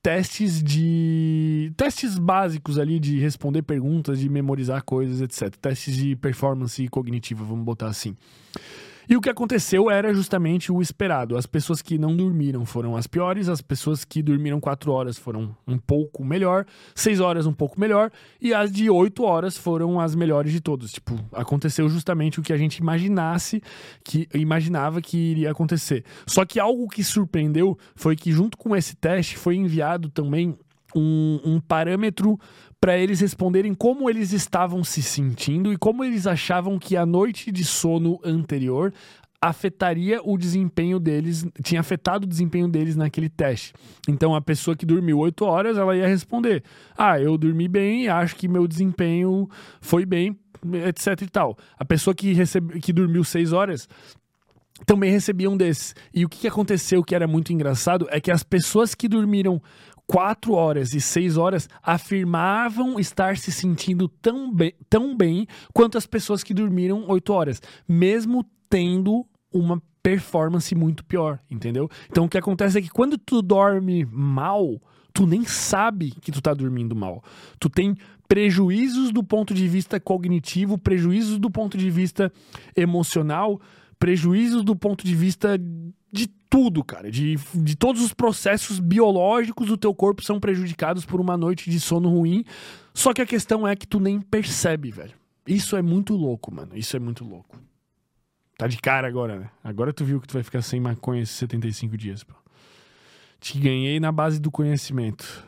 testes básicos ali de responder perguntas, de memorizar coisas, etc. Testes de performance cognitiva, vamos botar assim. E o que aconteceu era justamente o esperado. As pessoas que não dormiram foram as piores, as pessoas que dormiram 4 horas foram um pouco melhor, 6 horas um pouco melhor, e as de 8 horas foram as melhores de todos. Tipo, aconteceu justamente o que a gente imaginava que iria acontecer. Só que algo que surpreendeu foi que junto com esse teste foi enviado também um parâmetro para eles responderem como eles estavam se sentindo e como eles achavam que a noite de sono anterior afetaria o desempenho deles, tinha afetado o desempenho deles naquele teste. Então a pessoa que dormiu 8 horas, ela ia responder: eu dormi bem e acho que meu desempenho foi bem, etc e tal. A pessoa que dormiu 6 horas também recebia um desses. E o que aconteceu que era muito engraçado é que as pessoas que dormiram 4 horas e 6 horas afirmavam estar se sentindo tão bem quanto as pessoas que dormiram 8 horas, mesmo tendo uma performance muito pior, entendeu? Então o que acontece é que quando tu dorme mal, tu nem sabe que tu tá dormindo mal. Tu tem prejuízos do ponto de vista cognitivo, prejuízos do ponto de vista emocional, prejuízos do ponto de vista de tudo, cara. De todos os processos biológicos do teu corpo são prejudicados por uma noite de sono ruim. Só que a questão é que tu nem percebe, velho. Isso é muito louco, mano. Isso é muito louco. Tá de cara agora, né? Agora tu viu que tu vai ficar sem maconha esses 75 dias, pô. Te ganhei na base do conhecimento.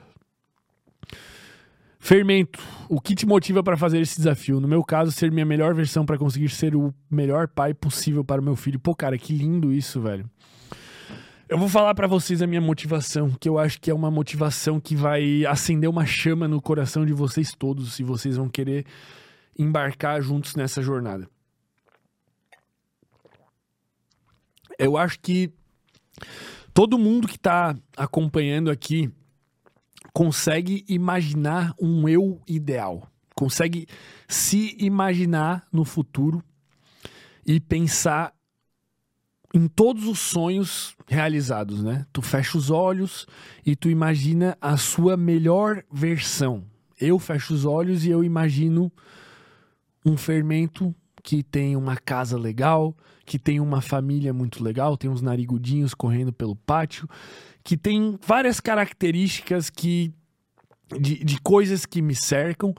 Fermento. O que te motiva para fazer esse desafio? No meu caso, ser minha melhor versão para conseguir ser o melhor pai possível para o meu filho. Pô, cara, que lindo isso, velho. Eu vou falar pra vocês a minha motivação, que eu acho que é uma motivação que vai acender uma chama no coração de vocês todos, e vocês vão querer embarcar juntos nessa jornada. Eu acho que todo mundo que tá acompanhando aqui consegue imaginar um eu ideal, consegue se imaginar no futuro e pensar em todos os sonhos realizados, né? Tu fecha os olhos e tu imagina a sua melhor versão. Eu fecho os olhos e eu imagino um fermento que tem uma casa legal, que tem uma família muito legal, tem uns narigudinhos correndo pelo pátio, que tem várias características de coisas que me cercam,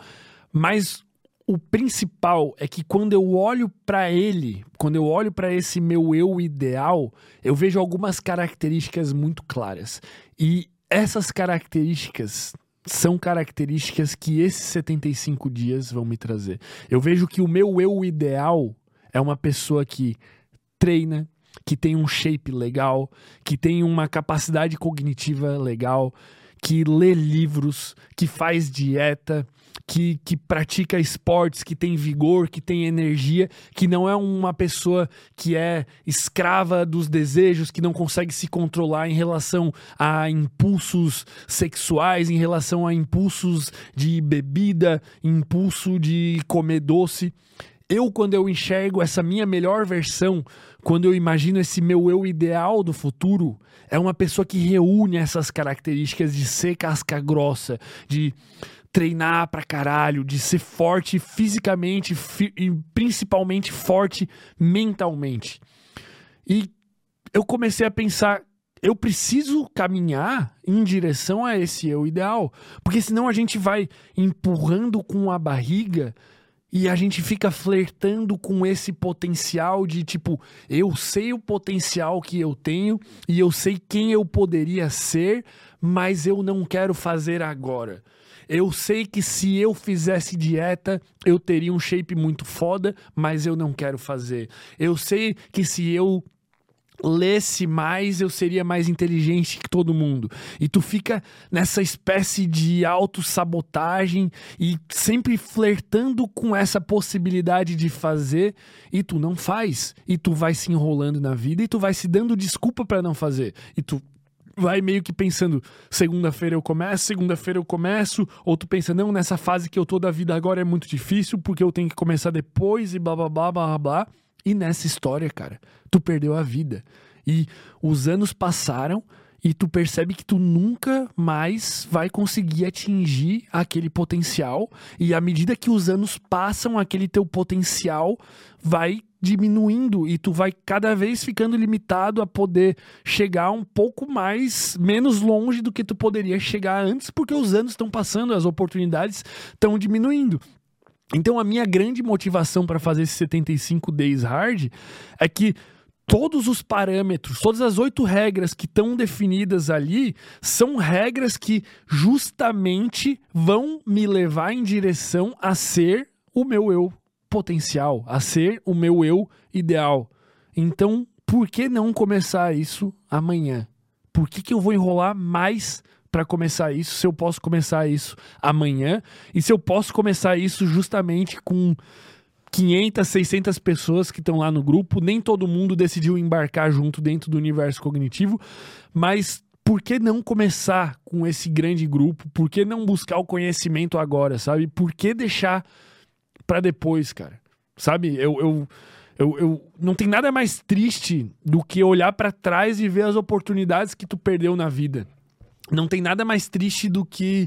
mas o principal é que quando eu olho para ele, quando eu olho para esse meu eu ideal, eu vejo algumas características muito claras. E essas características são características que esses 75 dias vão me trazer. Eu vejo que o meu eu ideal é uma pessoa que treina, que tem um shape legal, que tem uma capacidade cognitiva legal, que lê livros, que faz dieta, que pratica esportes, que tem vigor, que tem energia, que não é uma pessoa que é escrava dos desejos, que não consegue se controlar em relação a impulsos sexuais, em relação a impulsos de bebida, impulso de comer doce. Quando eu enxergo essa minha melhor versão, quando eu imagino esse meu eu ideal do futuro, é uma pessoa que reúne essas características de ser casca grossa, de treinar pra caralho, de ser forte fisicamente e principalmente forte mentalmente. E eu comecei a pensar, eu preciso caminhar em direção a esse eu ideal, porque senão a gente vai empurrando com a barriga e a gente fica flertando com esse potencial de tipo, eu sei o potencial que eu tenho e eu sei quem eu poderia ser, mas eu não quero fazer agora. Eu sei que se eu fizesse dieta, eu teria um shape muito foda, mas eu não quero fazer. Eu sei que se eu lesse mais, eu seria mais inteligente que todo mundo. E tu fica nessa espécie de autossabotagem e sempre flertando com essa possibilidade de fazer, e tu não faz. E tu vai se enrolando na vida e tu vai se dando desculpa pra não fazer. E tu vai meio que pensando, segunda-feira eu começo, ou tu pensa, não, nessa fase que eu tô da vida agora é muito difícil, porque eu tenho que começar depois e blá blá blá blá blá. E nessa história, cara, tu perdeu a vida. E os anos passaram e tu percebe que tu nunca mais vai conseguir atingir aquele potencial, e à medida que os anos passam, aquele teu potencial vai diminuindo e tu vai cada vez ficando limitado a poder chegar um pouco menos longe do que tu poderia chegar antes, porque os anos estão passando, as oportunidades estão diminuindo. Então a minha grande motivação para fazer esse 75 Days Hard é que todos os parâmetros, todas as 8 regras que estão definidas ali são regras que justamente vão me levar em direção a ser o meu eu potencial, a ser o meu eu ideal. Então, por que não começar isso amanhã? Por que eu vou enrolar mais para começar isso se eu posso começar isso amanhã? E se eu posso começar isso justamente com 500, 600 pessoas que estão lá no grupo? Nem todo mundo decidiu embarcar junto dentro do universo cognitivo, mas por que não começar com esse grande grupo? Por que não buscar o conhecimento agora, sabe? Por que deixar para depois, cara? Sabe? Eu não tem nada mais triste do que olhar para trás e ver as oportunidades que tu perdeu na vida. Não tem nada mais triste do que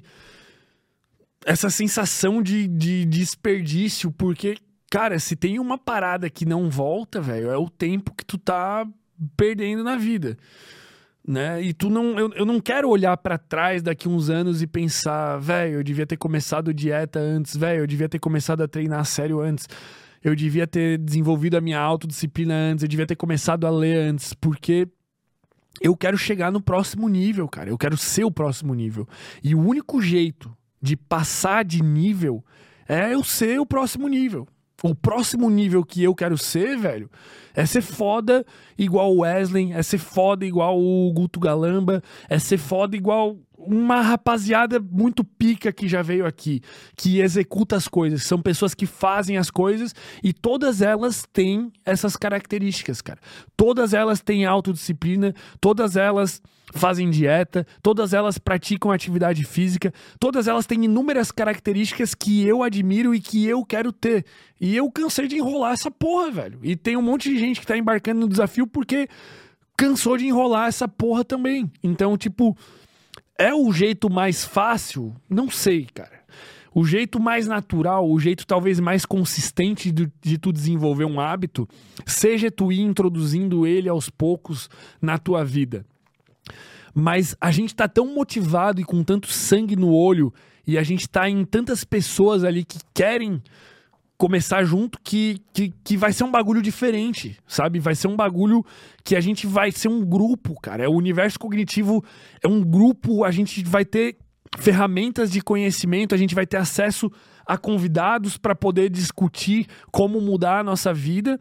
essa sensação de desperdício, porque, cara, se tem uma parada que não volta, velho, é o tempo que tu tá perdendo na vida, né? E eu não quero olhar pra trás daqui uns anos e pensar, velho, eu devia ter começado dieta antes, velho, eu devia ter começado a treinar sério antes, eu devia ter desenvolvido a minha autodisciplina antes, eu devia ter começado a ler antes, porque eu quero chegar no próximo nível, cara, eu quero ser o próximo nível. E o único jeito de passar de nível é eu ser o próximo nível. O próximo nível que eu quero ser, velho, é ser foda igual o Wesley, é ser foda igual o Guto Galamba, é ser foda igual uma rapaziada muito pica que já veio aqui, que executa as coisas. São pessoas que fazem as coisas e todas elas têm essas características, cara. Todas elas têm autodisciplina, todas elas fazem dieta, todas elas praticam atividade física, todas elas têm inúmeras características que eu admiro e que eu quero ter. E eu cansei de enrolar essa porra, velho. E tem um monte de gente que tá embarcando no desafio porque cansou de enrolar essa porra também. Então, tipo, é o jeito mais fácil? Não sei, cara. O jeito mais natural, o jeito talvez mais consistente de tu desenvolver um hábito, seja tu ir introduzindo ele aos poucos na tua vida. Mas a gente tá tão motivado e com tanto sangue no olho, e a gente tá em tantas pessoas ali que querem começar junto, que vai ser um bagulho diferente, sabe? Vai ser um bagulho que a gente vai ser um grupo, cara. O universo cognitivo é um grupo, a gente vai ter ferramentas de conhecimento, a gente vai ter acesso a convidados para poder discutir como mudar a nossa vida.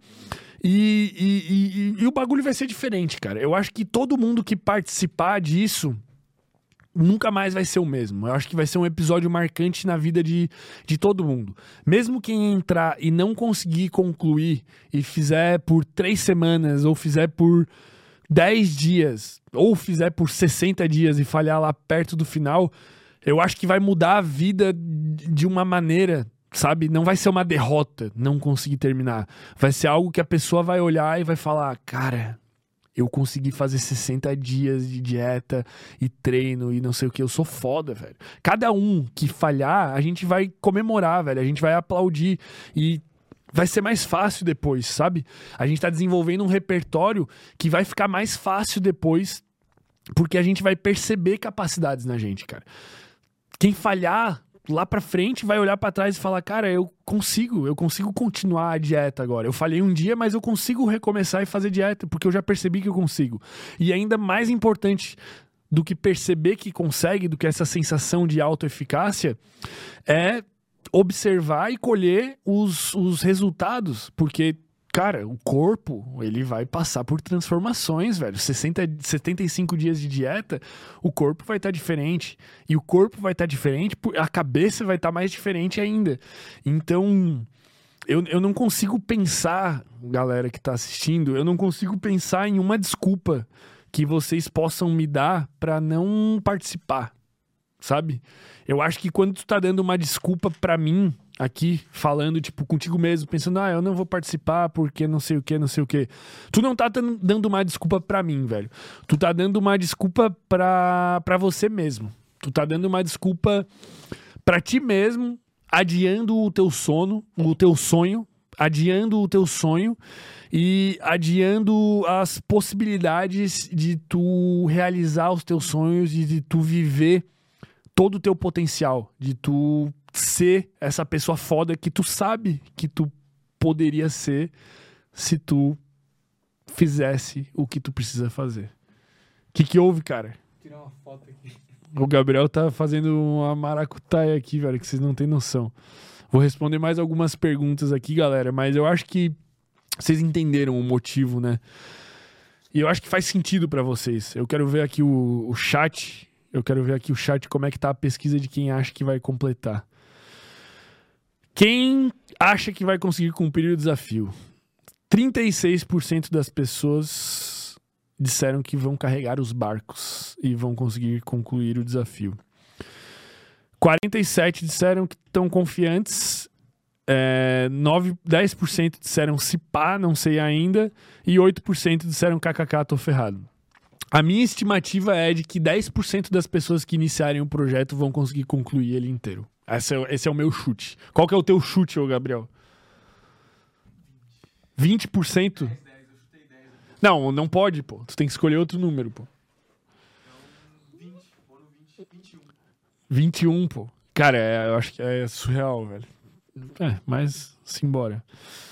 E o bagulho vai ser diferente, cara. Eu acho que todo mundo que participar disso nunca mais vai ser o mesmo. Eu acho que vai ser um episódio marcante na vida de todo mundo. Mesmo quem entrar e não conseguir concluir e fizer por 3 semanas, ou fizer por 10 dias, ou fizer por 60 dias e falhar lá perto do final, eu acho que vai mudar a vida de uma maneira, sabe? Não vai ser uma derrota não conseguir terminar. Vai ser algo que a pessoa vai olhar e vai falar, cara, eu consegui fazer 60 dias de dieta e treino e não sei o que. Eu sou foda, velho. Cada um que falhar, a gente vai comemorar, velho. A gente vai aplaudir e vai ser mais fácil depois, sabe? A gente tá desenvolvendo um repertório que vai ficar mais fácil depois, porque a gente vai perceber capacidades na gente, cara. Quem falhar lá pra frente vai olhar pra trás e falar, cara, eu consigo continuar a dieta agora. Eu falhei um dia, mas eu consigo recomeçar e fazer dieta, porque eu já percebi que eu consigo. E ainda mais importante do que perceber que consegue, do que essa sensação de autoeficácia, é observar e colher os resultados, porque, cara, o corpo, ele vai passar por transformações, velho. 75 dias de dieta, o corpo vai estar diferente. E o corpo vai estar diferente, a cabeça vai estar mais diferente ainda. Então, eu não consigo pensar, galera que tá assistindo, eu não consigo pensar em uma desculpa que vocês possam me dar pra não participar, sabe? Eu acho que quando tu tá dando uma desculpa pra mim aqui falando, tipo, contigo mesmo, pensando, eu não vou participar porque não sei o que, não sei o que. Tu não tá dando uma desculpa pra mim, velho. Tu tá dando uma desculpa pra você mesmo. Tu tá dando uma desculpa pra ti mesmo, adiando o teu sono, o teu sonho, adiando o teu sonho e adiando as possibilidades de tu realizar os teus sonhos e de tu viver todo o teu potencial, de tu ser essa pessoa foda que tu sabe que tu poderia ser se tu fizesse o que tu precisa fazer. O que houve, cara? Vou tirar uma foto aqui. O Gabriel tá fazendo uma maracutaia aqui, velho, que vocês não têm noção. Vou responder mais algumas perguntas aqui, galera, mas eu acho que vocês entenderam o motivo, né? E eu acho que faz sentido pra vocês. Eu quero ver aqui o chat. Eu quero ver aqui o chat, como é que tá a pesquisa de quem acha que vai completar. Quem acha que vai conseguir cumprir o desafio? 36% das pessoas disseram que vão carregar os barcos e vão conseguir concluir o desafio. 47% disseram que estão confiantes. 10% disseram se pá, não sei ainda. E 8% disseram kkk, tô ferrado. A minha estimativa é de que 10% das pessoas que iniciarem o projeto vão conseguir concluir ele inteiro. Esse é o meu chute. Qual que é o teu chute, ô Gabriel? 20%? 10, eu chutei 10. Não pode, pô. Tu tem que escolher outro número, pô. Então, 20, foram 20, 21. 21, pô. Cara, eu acho que é surreal, velho. Mas simbora.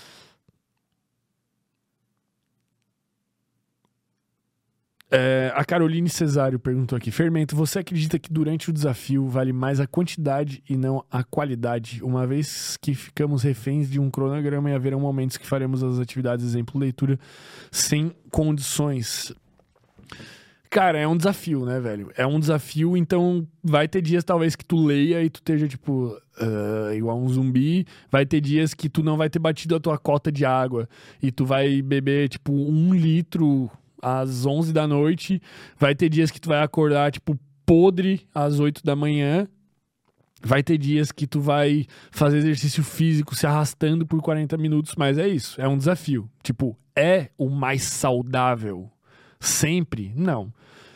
A Caroline Cesário perguntou aqui: Fermento, você acredita que durante o desafio vale mais a quantidade e não a qualidade, uma vez que ficamos reféns de um cronograma e haverão momentos que faremos as atividades, exemplo, leitura, sem condições? Cara, é um desafio, né, velho? É um desafio, então vai ter dias talvez que tu leia e tu esteja, tipo, igual um zumbi. Vai ter dias que tu não vai ter batido a tua cota de água e tu vai beber, tipo, 1 litro às 11 da noite. Vai ter dias que tu vai acordar, tipo, podre às 8 da manhã. Vai ter dias que tu vai fazer exercício físico se arrastando por 40 minutos, mas é isso, é um desafio. Tipo, é o mais saudável sempre? Não.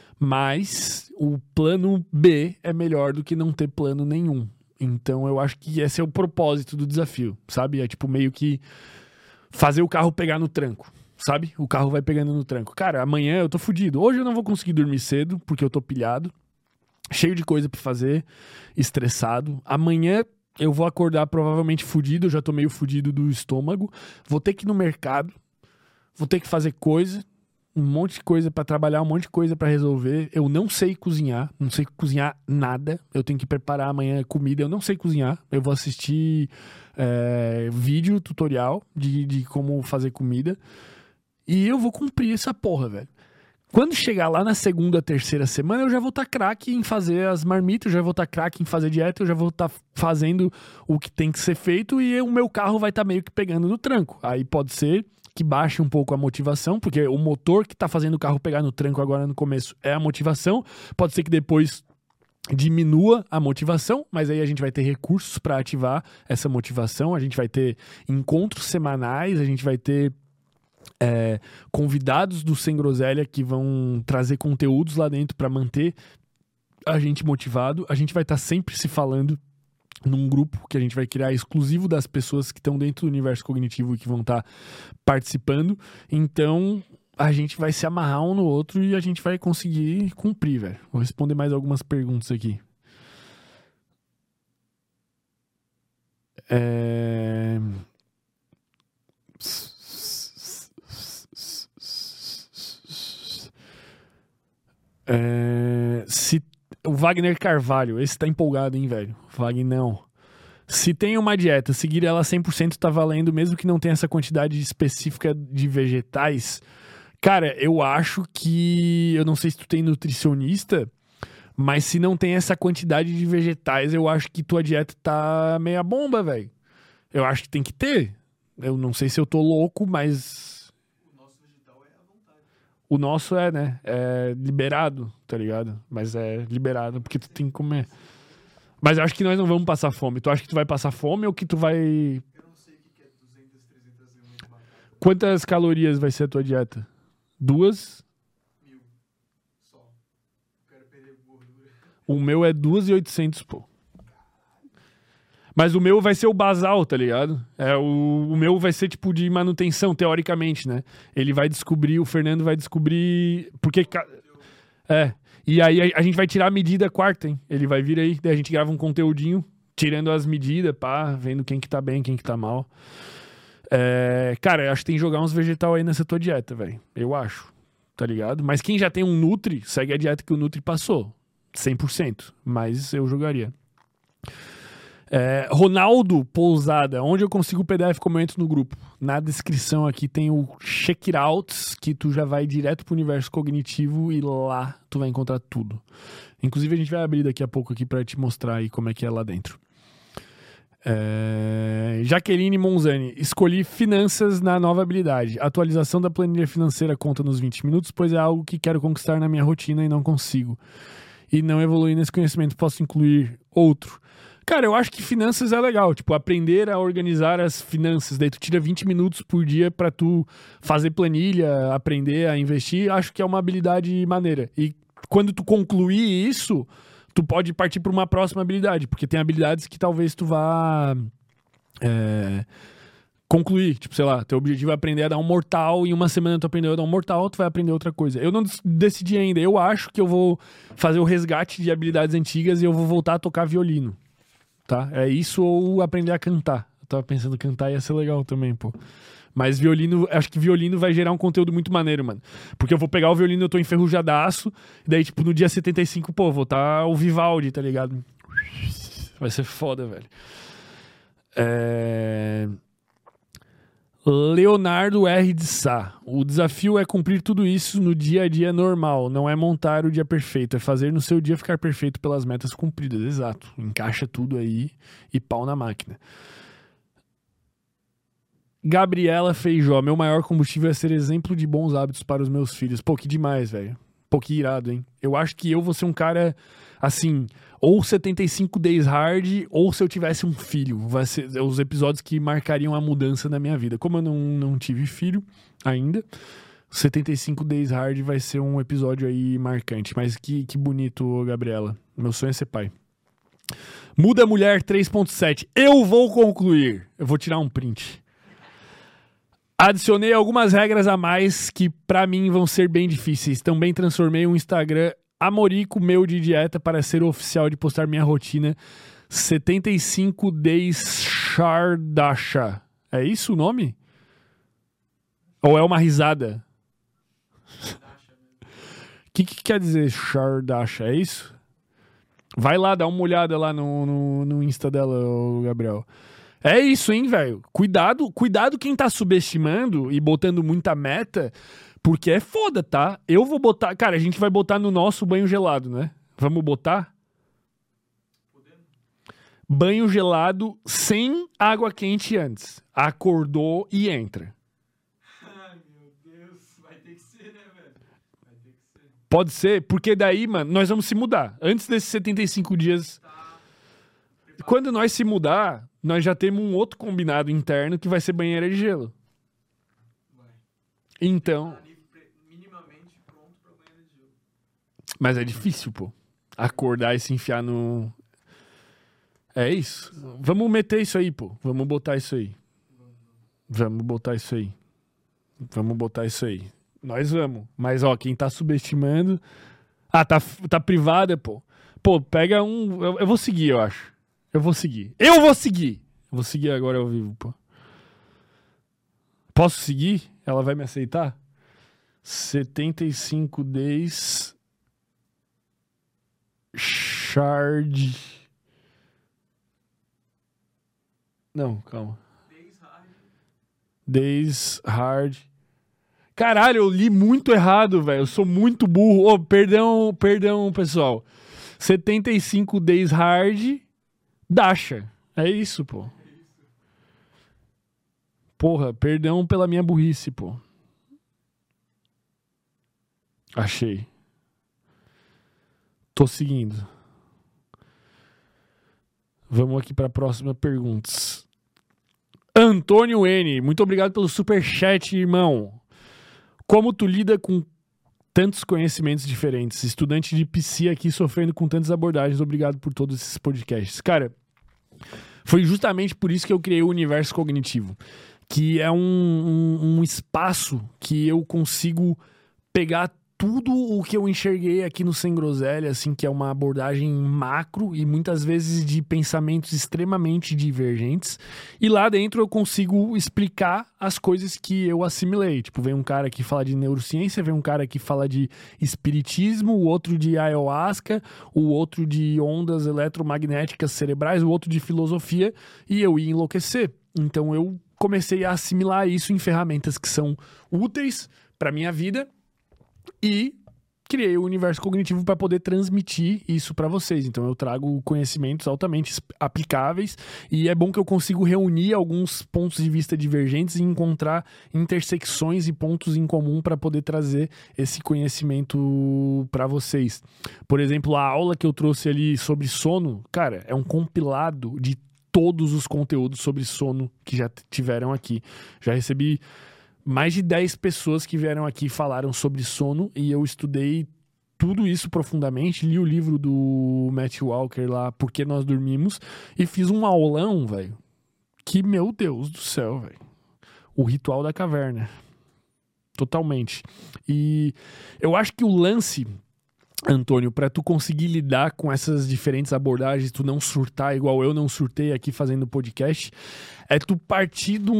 Mas o plano B é melhor do que não ter plano nenhum. Então eu acho que esse é o propósito do desafio, sabe? É tipo meio que fazer o carro pegar no tranco, sabe? O carro vai pegando no tranco. Cara, amanhã eu tô fudido. Hoje eu não vou conseguir dormir cedo porque eu tô pilhado, cheio de coisa pra fazer, estressado. Amanhã eu vou acordar provavelmente fudido, eu já tô meio fudido do estômago. Vou ter que ir no mercado, vou ter que fazer coisa, um monte de coisa pra trabalhar, um monte de coisa pra resolver. Eu não sei cozinhar, não sei cozinhar nada. Eu tenho que preparar amanhã comida, eu não sei cozinhar. Eu vou assistir vídeo, tutorial de como fazer comida. E eu vou cumprir essa porra, velho. Quando chegar lá na segunda, terceira semana, eu já vou estar craque em fazer as marmitas, eu já vou estar craque em fazer dieta, eu já vou estar fazendo o que tem que ser feito e o meu carro vai estar meio que pegando no tranco. Aí pode ser que baixe um pouco a motivação, porque o motor que tá fazendo o carro pegar no tranco agora no começo é a motivação. Pode ser que depois diminua a motivação, mas aí a gente vai ter recursos para ativar essa motivação, a gente vai ter encontros semanais, a gente vai ter convidados do Sem Groselha que vão trazer conteúdos lá dentro para manter a gente motivado. A gente vai estar sempre se falando num grupo que a gente vai criar exclusivo das pessoas que estão dentro do universo cognitivo e que vão estar participando. Então a gente vai se amarrar um no outro e a gente vai conseguir cumprir, velho. Vou responder mais algumas perguntas aqui. Se o Wagner Carvalho, esse tá empolgado, hein, velho? Wagner, não. Se tem uma dieta, seguir ela 100% tá valendo, mesmo que não tenha essa quantidade específica de vegetais. Cara, eu acho que... Eu não sei se tu tem nutricionista, mas se não tem essa quantidade de vegetais, eu acho que tua dieta tá meia bomba, velho. Eu acho que tem que ter. Eu não sei se eu tô louco, mas... O nosso vegetal é à vontade. O nosso é, né? É liberado, tá ligado? Mas é liberado porque tu tem que comer. Mas eu acho que nós não vamos passar fome. Tu acha que tu vai passar fome ou que tu vai... Eu não sei o que é 200, 300 gramas de batata. Quantas calorias vai ser a tua dieta? 2? 1000. Só. Eu quero perder gordura. O meu é 2.800, pô. Mas o meu vai ser o basal, tá ligado? O meu vai ser tipo de manutenção, teoricamente, né? Ele vai descobrir, o Fernando vai descobrir... Porque... E aí a gente vai tirar a medida quarta, hein? Ele vai vir aí, daí a gente grava um conteúdinho, tirando as medidas, pá, vendo quem que tá bem, quem que tá mal. Cara, eu acho que tem que jogar uns vegetal aí nessa tua dieta, velho. Eu acho, tá ligado? Mas quem já tem um Nutri, segue a dieta que o Nutri passou. 100%. Mas eu jogaria. Ronaldo Pousada, onde eu consigo o PDF como eu entro no grupo? Na descrição aqui tem o Check It Outs, que tu já vai direto pro universo cognitivo e lá tu vai encontrar tudo. Inclusive a gente vai abrir daqui a pouco aqui pra te mostrar aí como é que é lá dentro. Jaqueline Monzani, escolhi finanças na nova habilidade. Atualização da planilha financeira conta nos 20 minutos, pois é algo que quero conquistar na minha rotina e não consigo. E não evoluir nesse conhecimento, posso incluir outro. Cara, eu acho que finanças é legal, tipo, aprender a organizar as finanças, daí tu tira 20 minutos por dia pra tu fazer planilha, aprender a investir, acho que é uma habilidade maneira. E quando tu concluir isso, tu pode partir pra uma próxima habilidade, porque tem habilidades que talvez tu vá concluir, tipo, sei lá, teu objetivo é aprender a dar um mortal, em uma semana tu aprendeu a dar um mortal, tu vai aprender outra coisa. Eu não decidi ainda, eu acho que eu vou fazer o resgate de habilidades antigas e eu vou voltar a tocar violino. Tá? É isso ou aprender a cantar. Eu tava pensando cantar ia ser legal também, pô. Mas violino, acho que violino vai gerar um conteúdo muito maneiro, mano. Porque eu vou pegar o violino, eu tô enferrujadaço, e daí, tipo, no dia 75, pô, vou tá o Vivaldi, tá ligado? Vai ser foda, velho. Leonardo R. de Sá. O desafio é cumprir tudo isso no dia a dia normal. Não é montar o dia perfeito. É fazer no seu dia ficar perfeito pelas metas cumpridas. Exato. Encaixa tudo aí e pau na máquina. Gabriela Feijó. Meu maior combustível é ser exemplo de bons hábitos para os meus filhos. Pô, que demais, velho. Pô, que irado, hein? Eu acho que eu vou ser um cara, assim... Ou 75 Days Hard, ou se eu tivesse um filho. Vai ser os episódios que marcariam a mudança na minha vida. Como eu não tive filho ainda, 75 Days Hard vai ser um episódio aí marcante. Mas que bonito, Gabriela. Meu sonho é ser pai. Muda Mulher 3.7. Eu vou concluir. Eu vou tirar um print. Adicionei algumas regras a mais que pra mim vão ser bem difíceis. Também transformei um Instagram amorico meu de dieta para ser oficial de postar minha rotina 75 Days Shardasha. É isso o nome? Ou é uma risada? O que quer dizer Shardasha? É isso? Vai lá, dá uma olhada lá no Insta dela, Gabriel. É isso, hein, velho? Cuidado quem tá subestimando e botando muita meta, porque é foda, tá? Eu vou botar... Cara, a gente vai botar no nosso banho gelado, né? Vamos botar? Banho gelado sem água quente antes. Acordou e entra. Ai, meu Deus. Vai ter que ser, né, velho? Vai ter que ser. Pode ser, porque daí, mano, nós vamos se mudar. Antes desses 75 dias... Quando nós se mudar, nós já temos um outro combinado interno que vai ser banheira de gelo. Vai. Então... Minimamente pronto pra banheira de gelo. Mas é difícil, pô. Acordar e se enfiar no... É isso. Vamos meter isso aí, pô. Vamos botar isso aí. Vamos botar isso aí. Vamos botar isso aí. Nós vamos. Mas, ó, quem tá subestimando... Ah, tá privada, pô. Pô, pega um... Eu vou seguir, eu acho. Eu vou seguir. Eu vou seguir agora ao vivo, pô. Posso seguir? Ela vai me aceitar? 75 Days Shard. Não, calma. Days Hard. Caralho, eu li muito errado, velho. Eu sou muito burro. Oh, perdão, pessoal. 75 Days Hard Dasha. É isso, pô. Porra, perdão pela minha burrice, pô. Achei. Tô seguindo. Vamos aqui para a próxima pergunta. Antônio N. Muito obrigado pelo superchat, irmão. Como tu lida com tantos conhecimentos diferentes? Estudante de PC aqui sofrendo com tantas abordagens. Obrigado por todos esses podcasts. Cara, foi justamente por isso que eu criei o Universo Cognitivo, que é um espaço que eu consigo pegar tudo o que eu enxerguei aqui no Sem Groselha, assim, que é uma abordagem macro e muitas vezes de pensamentos extremamente divergentes. E lá dentro eu consigo explicar as coisas que eu assimilei. Tipo, vem um cara que fala de neurociência, vem um cara que fala de espiritismo, o outro de ayahuasca, o outro de ondas eletromagnéticas cerebrais, o outro de filosofia, e eu ia enlouquecer. Então eu comecei a assimilar isso em ferramentas que são úteis para minha vida e criei o Universo Cognitivo para poder transmitir isso para vocês. Então eu trago conhecimentos altamente aplicáveis e é bom que eu consigo reunir alguns pontos de vista divergentes e encontrar intersecções e pontos em comum para poder trazer esse conhecimento para vocês. Por exemplo, a aula que eu trouxe ali sobre sono, cara, é um compilado de todos os conteúdos sobre sono que já tiveram aqui. Já recebi mais de 10 pessoas que vieram aqui e falaram sobre sono e eu estudei tudo isso profundamente, li o livro do Matt Walker lá, Por que Nós Dormimos, e fiz um aulão, velho, que, meu Deus do céu, velho, o ritual da caverna, totalmente. E eu acho que o lance, Antônio, para tu conseguir lidar com essas diferentes abordagens, tu não surtar igual eu não surtei aqui fazendo podcast, é tu partir de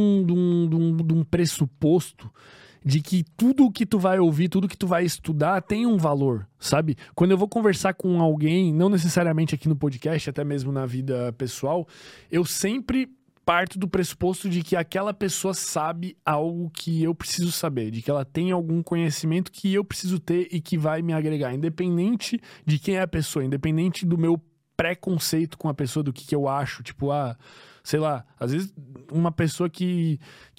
um pressuposto de que tudo que tu vai ouvir, tudo que tu vai estudar tem um valor, sabe? Quando eu vou conversar com alguém, não necessariamente aqui no podcast, até mesmo na vida pessoal, eu sempre parto do pressuposto de que aquela pessoa sabe algo que eu preciso saber, de que ela tem algum conhecimento que eu preciso ter e que vai me agregar, independente de quem é a pessoa, independente do meu preconceito com a pessoa, do que eu acho, tipo, sei lá, às vezes uma pessoa que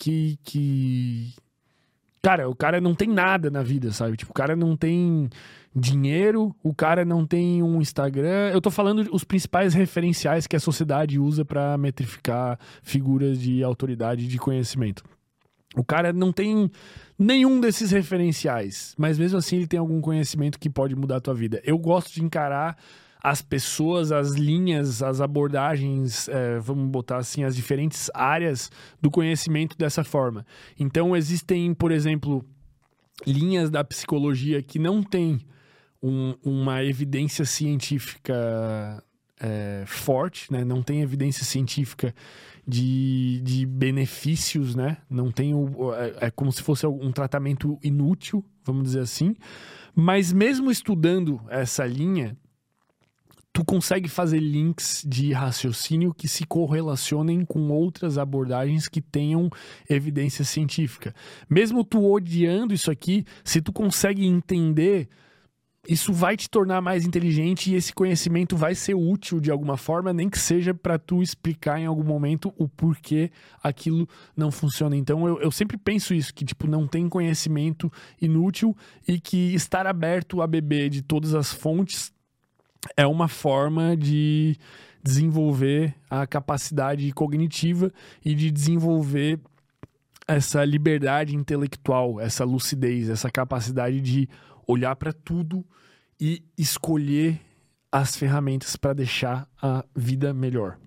cara, o cara não tem nada na vida, sabe? Tipo, o cara não tem dinheiro, o cara não tem um Instagram. Eu tô falando os principais referenciais que a sociedade usa pra metrificar figuras de autoridade e de conhecimento. O cara não tem nenhum desses referenciais, mas mesmo assim ele tem algum conhecimento que pode mudar a tua vida. Eu gosto de encarar as pessoas, as linhas, as abordagens, vamos botar assim, as diferentes áreas do conhecimento dessa forma. Então existem, por exemplo, linhas da psicologia que não têm uma evidência científica forte, né? Não tem evidência científica de benefícios, né? Não tem é como se fosse um tratamento inútil, vamos dizer assim. Mas mesmo estudando essa linha, tu consegue fazer links de raciocínio que se correlacionem com outras abordagens que tenham evidência científica. Mesmo tu odiando isso aqui, se tu consegue entender, isso vai te tornar mais inteligente e esse conhecimento vai ser útil de alguma forma, nem que seja para tu explicar em algum momento o porquê aquilo não funciona. Então eu sempre penso isso, que tipo, não tem conhecimento inútil e que estar aberto a beber de todas as fontes é uma forma de desenvolver a capacidade cognitiva e de desenvolver essa liberdade intelectual, essa lucidez, essa capacidade de olhar para tudo e escolher as ferramentas para deixar a vida melhor.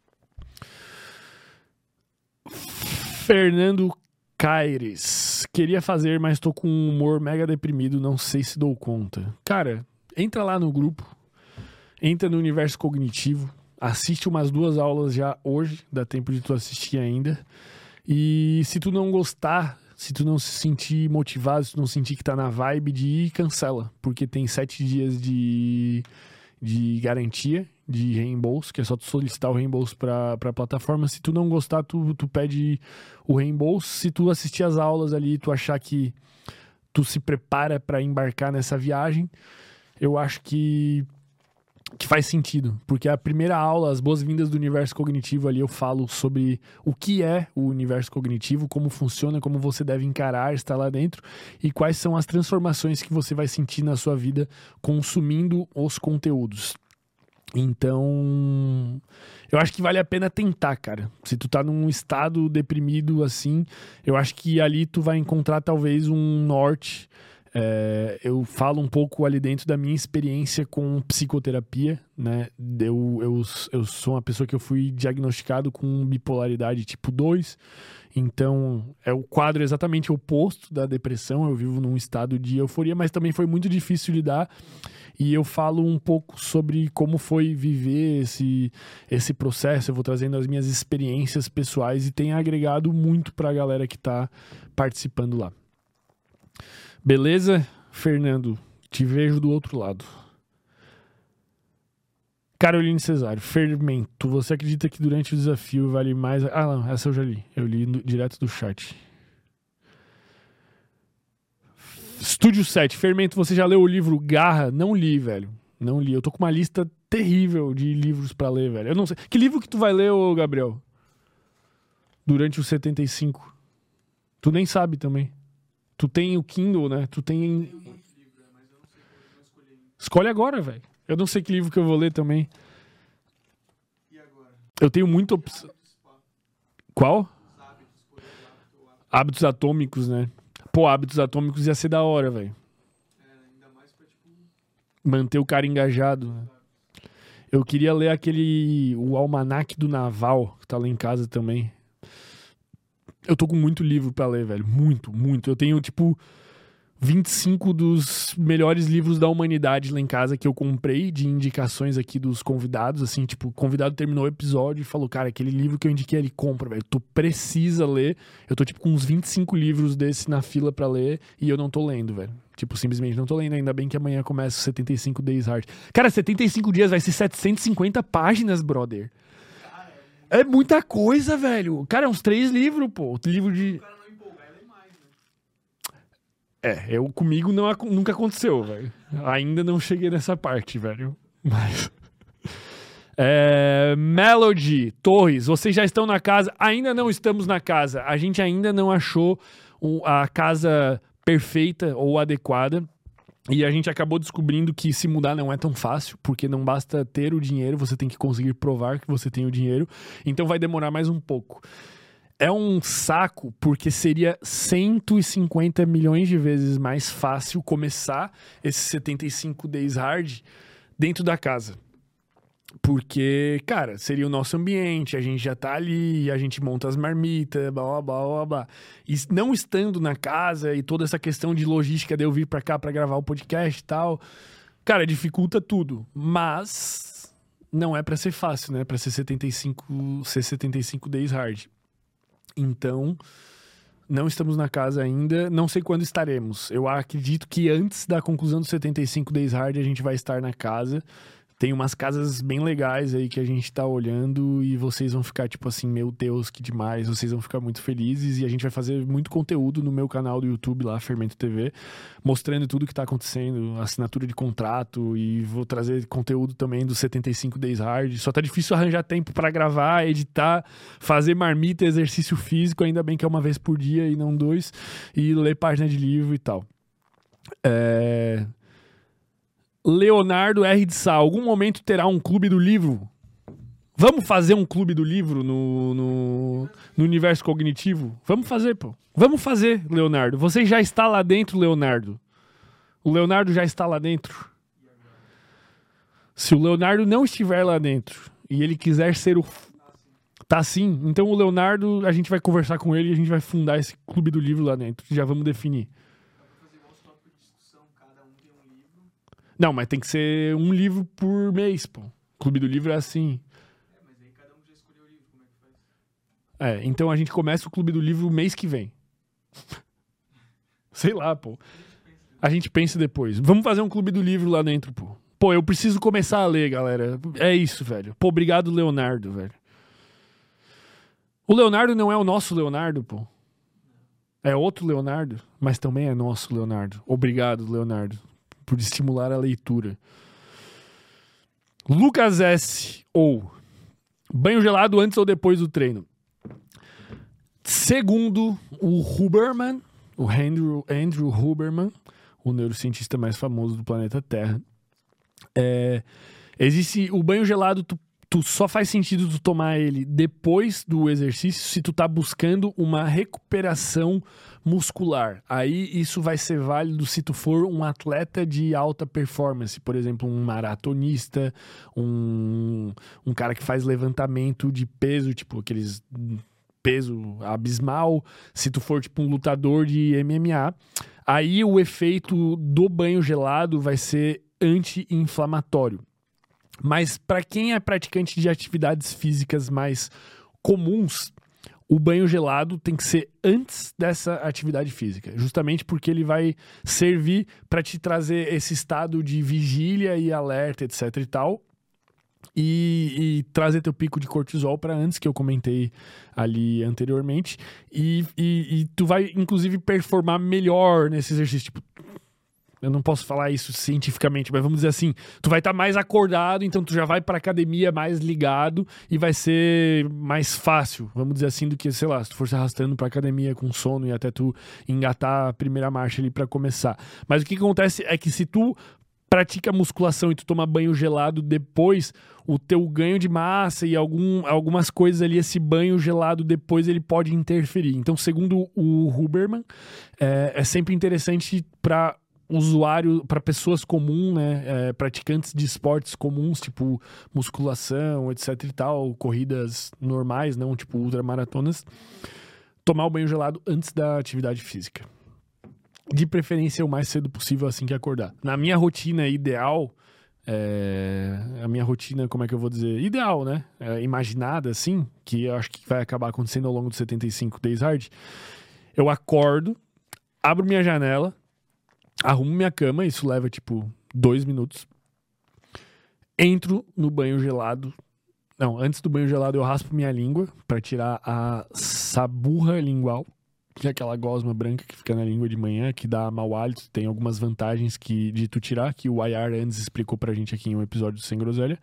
Fernando Caires. Queria fazer, mas tô com um humor mega deprimido, não sei se dou conta. Cara, entra lá no grupo. Entra no Universo Cognitivo, assiste umas 2 aulas já hoje, dá tempo de tu assistir ainda. E se tu não gostar, se tu não se sentir motivado, se tu não sentir que tá na vibe de ir, cancela. Porque tem 7 dias de garantia, de reembolso, que é só tu solicitar o reembolso pra plataforma. Se tu não gostar, tu pede o reembolso. Se tu assistir as aulas ali e tu achar que tu se prepara pra embarcar nessa viagem, eu acho que faz sentido, porque a primeira aula, as boas-vindas do Universo Cognitivo, ali eu falo sobre o que é o Universo Cognitivo, como funciona, como você deve encarar, estar lá dentro e quais são as transformações que você vai sentir na sua vida consumindo os conteúdos. Então, eu acho que vale a pena tentar, cara. Se tu tá num estado deprimido assim, eu acho que ali tu vai encontrar talvez um norte. Eu falo um pouco ali dentro da minha experiência com psicoterapia, né? Eu sou uma pessoa que eu fui diagnosticado com bipolaridade tipo 2. Então, é o quadro exatamente oposto da depressão. Eu vivo num estado de euforia, mas também foi muito difícil lidar. E eu falo um pouco sobre como foi viver esse processo. Eu vou trazendo as minhas experiências pessoais e tem agregado muito pra galera que tá participando lá. Beleza? Fernando, te vejo do outro lado. Caroline Cesário, fermento. Você acredita que durante o desafio vale mais... Ah, não, essa eu já li. Eu li direto do chat. Estúdio 7, fermento. Você já leu o livro Garra? Não li, velho. Não li. Eu tô com uma lista terrível de livros pra ler, velho. Eu não sei. Que livro que tu vai ler, ô Gabriel? Durante os 75? Tu nem sabe também. Tu tem o Kindle, né? Tu tem... Tem um monte de livro, mas eu não sei qual eu vou escolher ainda. Escolhe agora, velho. Eu não sei que livro que eu vou ler também. E agora? Eu tenho muita opção. Hábitos, pá. Qual? Os hábitos, escolher o hábito ou hábito. Hábitos Atômicos, né? Pô, Hábitos Atômicos ia ser da hora, velho. Ainda mais pra, tipo, Manter o cara engajado, né? Eu queria ler o Almanaque do Naval, que tá lá em casa também. Eu tô com muito livro pra ler, velho. Muito, muito. Eu tenho, tipo, 25 dos melhores livros da humanidade lá em casa que eu comprei, de indicações aqui dos convidados. Assim, tipo, o convidado terminou o episódio e falou, cara, aquele livro que eu indiquei ali, compra, velho. Tu precisa ler. Eu tô, tipo, com uns 25 livros desse na fila pra ler e eu não tô lendo, velho. Tipo, simplesmente não tô lendo. Ainda bem que amanhã começa o 75 Days Hard. Cara, 75 dias vai ser 750 páginas, brother. É muita coisa, velho. Cara, é uns 3 livros, pô. Livro de... o cara não empolgar e ler mais, né? Comigo nunca aconteceu, velho. Ainda não cheguei nessa parte, velho. Mas... Melody Torres, vocês já estão na casa? Ainda não estamos na casa. A gente ainda não achou a casa perfeita ou adequada. E a gente acabou descobrindo que se mudar não é tão fácil, porque não basta ter o dinheiro, você tem que conseguir provar que você tem o dinheiro. Então vai demorar mais um pouco. É um saco, porque seria 150 milhões de vezes mais fácil começar esses 75 Days Hard dentro da casa. Porque, cara, seria o nosso ambiente, a gente já tá ali, a gente monta as marmitas, blá, blá, blá, blá. E não estando na casa e toda essa questão de logística de eu vir pra cá pra gravar o podcast e tal, cara, dificulta tudo. Mas não é pra ser fácil, né? Pra ser 75 Days Hard. Então, não estamos na casa ainda, não sei quando estaremos. Eu acredito que antes da conclusão dos 75 Days Hard a gente vai estar na casa. Tem umas casas bem legais aí que a gente tá olhando e vocês vão ficar tipo assim, meu Deus, que demais. Vocês vão ficar muito felizes e a gente vai fazer muito conteúdo no meu canal do YouTube lá, Fermento TV, mostrando tudo que tá acontecendo, assinatura de contrato, e vou trazer conteúdo também dos 75 Days Hard. Só tá difícil arranjar tempo pra gravar, editar, fazer marmita, exercício físico, ainda bem que é uma vez por dia e não 2, e ler página de livro e tal. Leonardo R. de Sá, algum momento terá um clube do livro? Vamos fazer um clube do livro no universo cognitivo? Vamos fazer, pô. Vamos fazer, Leonardo. Você já está lá dentro, Leonardo. O Leonardo já está lá dentro. Se o Leonardo não estiver lá dentro e ele quiser ser o... Tá sim. Então o Leonardo, a gente vai conversar com ele e a gente vai fundar esse clube do livro lá dentro. Já vamos definir. Não, mas tem que ser um livro por mês, pô. Clube do livro é assim. Mas aí cada um já escolheu o livro, como é que faz? Então a gente começa o Clube do Livro mês que vem. Sei lá, pô. A gente pensa depois. Vamos fazer um Clube do Livro lá dentro, pô. Pô, eu preciso começar a ler, galera. É isso, velho. Pô, obrigado, Leonardo, velho. O Leonardo não é o nosso Leonardo, pô. É outro Leonardo, mas também é nosso Leonardo. Obrigado, Leonardo, por estimular a leitura. Lucas S. ou banho gelado antes ou depois do treino? Segundo o Huberman, o Andrew Huberman, o neurocientista mais famoso do planeta Terra, Existe o banho gelado, tu só faz sentido tu tomar ele depois do exercício se tu tá buscando uma recuperação muscular. Aí isso vai ser válido se tu for um atleta de alta performance, por exemplo, um maratonista, um cara que faz levantamento de peso, tipo aqueles peso abismal, se tu for tipo um lutador de MMA. Aí o efeito do banho gelado vai ser anti-inflamatório. Mas para quem é praticante de atividades físicas mais comuns, o banho gelado tem que ser antes dessa atividade física, justamente porque ele vai servir para te trazer esse estado de vigília e alerta, etc e tal, e trazer teu pico de cortisol para antes, que eu comentei ali anteriormente, e tu vai inclusive performar melhor nesse exercício, tipo, eu não posso falar isso cientificamente, mas vamos dizer assim, tu vai estar mais acordado, então tu já vai pra academia mais ligado e vai ser mais fácil, vamos dizer assim, do que, sei lá, se tu for se arrastando pra academia com sono e até tu engatar a primeira marcha ali pra começar. Mas o que acontece é que se tu pratica musculação e tu toma banho gelado depois, o teu ganho de massa e algumas coisas ali, esse banho gelado depois ele pode interferir. Então, segundo o Huberman, é sempre interessante para usuário, para pessoas comuns, né, praticantes de esportes comuns, tipo musculação, etc e tal, corridas normais, não tipo ultramaratonas, tomar o banho gelado antes da atividade física. De preferência o mais cedo possível assim que acordar. Na minha rotina ideal, a minha rotina, como é que eu vou dizer? Ideal, né? Imaginada assim, que eu acho que vai acabar acontecendo ao longo dos 75 Days Hard. Eu acordo, abro minha janela, arrumo minha cama, isso leva tipo 2 minutos. Entro no banho gelado. Não, antes do banho gelado eu raspo minha língua pra tirar a saburra lingual, que é aquela gosma branca que fica na língua de manhã, que dá mau hálito. Tem algumas vantagens de tu tirar, que o Ayar antes explicou pra gente aqui em um episódio do Sem Groselha.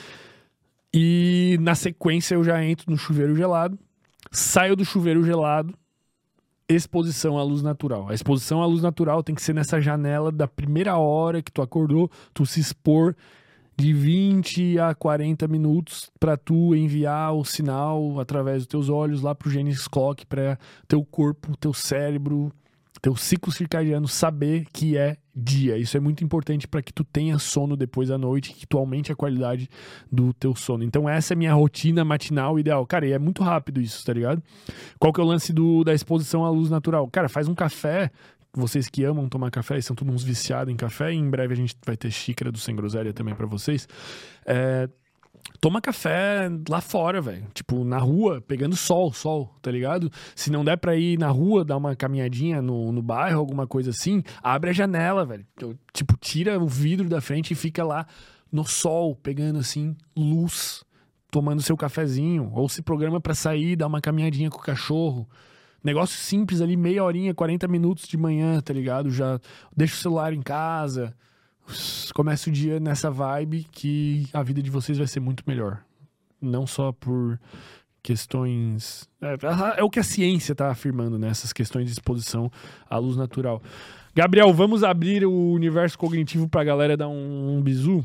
E na sequência eu já entro no chuveiro gelado, saio do chuveiro gelado, exposição à luz natural. A exposição à luz natural tem que ser nessa janela da primeira hora que tu acordou, tu se expor de 20 a 40 minutos para tu enviar o sinal através dos teus olhos lá pro Genius Clock, para teu corpo, teu cérebro, teu ciclo circadiano saber que é dia. Isso é muito importante para que tu tenha sono depois à noite, que tu aumente a qualidade do teu sono. Então essa é a minha rotina matinal ideal. Cara, e é muito rápido isso, tá ligado? Qual que é o lance da exposição à luz natural? Cara, faz um café. Vocês que amam tomar café e são todos uns viciados em café, e em breve a gente vai ter xícara do Sem Groselha também pra vocês. Toma café lá fora, velho. Tipo, na rua, pegando sol, tá ligado? Se não der pra ir na rua, dar uma caminhadinha no bairro, alguma coisa assim, abre a janela, velho. Tipo, tira o vidro da frente e fica lá no sol, pegando assim, luz, tomando seu cafezinho. Ou se programa pra sair, dar uma caminhadinha com o cachorro. Negócio simples ali, meia horinha, 40 minutos de manhã, tá ligado? Já deixa o celular em casa. Começa o dia nessa vibe que a vida de vocês vai ser muito melhor. Não só por questões... É o que a ciência tá afirmando, né? Essas questões de exposição à luz natural. Gabriel, vamos abrir o universo cognitivo pra galera dar um bizu?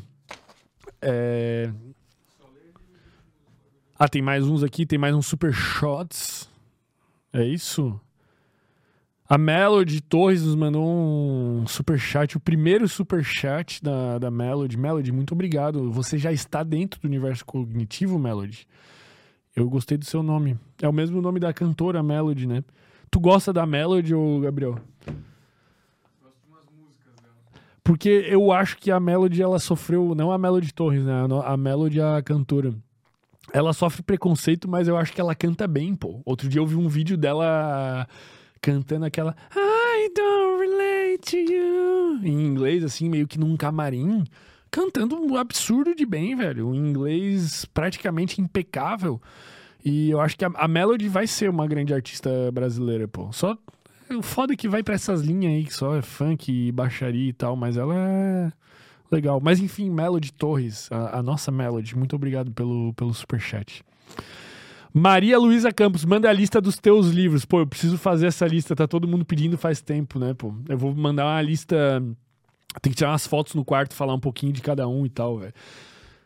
Tem mais uns aqui, tem mais uns super shots. É isso? A Melody Torres nos mandou um superchat, o primeiro superchat da Melody. Melody, muito obrigado. Você já está dentro do universo cognitivo, Melody? Eu gostei do seu nome. É o mesmo nome da cantora Melody, né? Tu gosta da Melody, ou Gabriel? Gosto de umas músicas dela. Porque eu acho que a Melody, ela sofreu... Não a Melody Torres, né? A Melody, a cantora. Ela sofre preconceito, mas eu acho que ela canta bem, pô. Outro dia eu vi um vídeo dela cantando aquela I don't relate to you em inglês, assim, meio que num camarim, cantando um absurdo de bem, velho. Um inglês praticamente impecável. E eu acho que a Melody vai ser uma grande artista brasileira, pô. Só o foda é que vai pra essas linhas aí, que só é funk e baixaria e tal, mas ela é... legal. Mas enfim, Melody Torres, a nossa Melody, muito obrigado pelo superchat. Maria Luísa Campos, manda a lista dos teus livros. Pô, eu preciso fazer essa lista, tá todo mundo pedindo faz tempo, né, pô? Eu vou mandar uma lista, tem que tirar umas fotos no quarto, falar um pouquinho de cada um e tal, velho.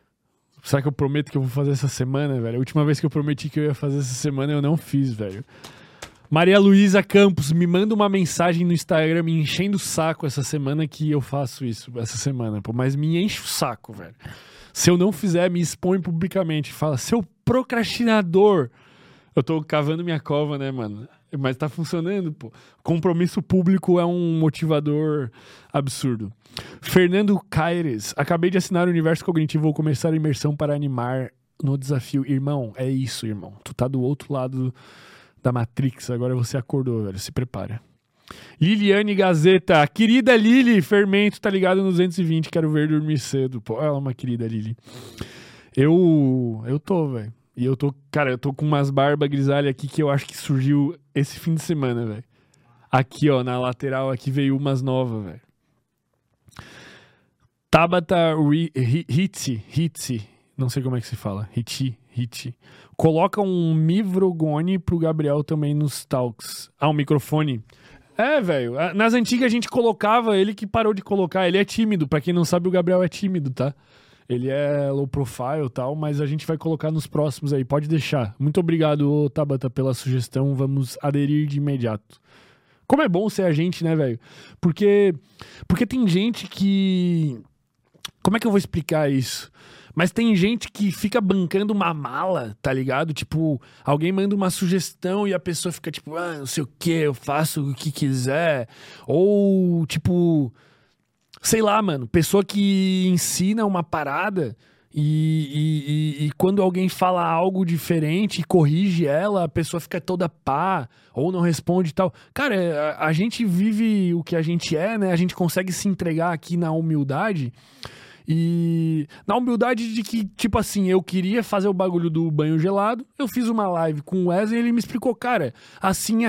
Será que eu prometo que eu vou fazer essa semana, velho? A última vez que eu prometi que eu ia fazer essa semana, eu não fiz, velho. Maria Luísa Campos, me manda uma mensagem no Instagram me enchendo o saco essa semana que eu faço isso, essa semana, pô. Mas me enche o saco, velho. Se eu não fizer, me expõe publicamente. Fala, seu procrastinador. Eu tô cavando minha cova, né, mano? Mas tá funcionando, pô. Compromisso público é um motivador absurdo. Fernando Caires. Acabei de assinar o Universo Cognitivo. Vou começar a imersão para animar no desafio. Irmão, é isso, irmão. Tu tá do outro lado da Matrix. Agora você acordou, velho. Se prepara. Liliane Gazeta. Querida Lili, fermento, tá ligado no 220. Quero ver dormir cedo. Pô, ela é uma querida Lili. Eu tô, velho. E eu tô, cara, eu tô com umas barbas grisalhas aqui que eu acho que surgiu esse fim de semana, velho. Aqui, ó, na lateral aqui veio umas novas, velho. Tabata Hitsi, não sei como é que se fala. Hitsi. Coloca um microfone pro Gabriel também nos talks. Ah, um microfone. É, velho. Nas antigas a gente colocava, ele que parou de colocar. Ele é tímido. Pra quem não sabe, o Gabriel é tímido, tá? Ele é low profile e tal, mas a gente vai colocar nos próximos aí. Pode deixar. Muito obrigado, Tabata, pela sugestão. Vamos aderir de imediato. Como é bom ser a gente, né, velho? Porque tem gente que... Como é que eu vou explicar isso? Mas tem gente que fica bancando uma mala, tá ligado? Tipo, alguém manda uma sugestão e a pessoa fica tipo, ah, não sei o que, eu faço o que quiser. Ou, tipo... Sei lá, mano, pessoa que ensina uma parada e quando alguém fala algo diferente e corrige ela, a pessoa fica toda pá, ou não responde e tal. Cara, a gente vive o que a gente é, né? A gente consegue se entregar aqui na humildade. E na humildade de que, tipo assim, eu queria fazer o bagulho do banho gelado, eu fiz uma live com o Wesley e ele me explicou, cara, assim,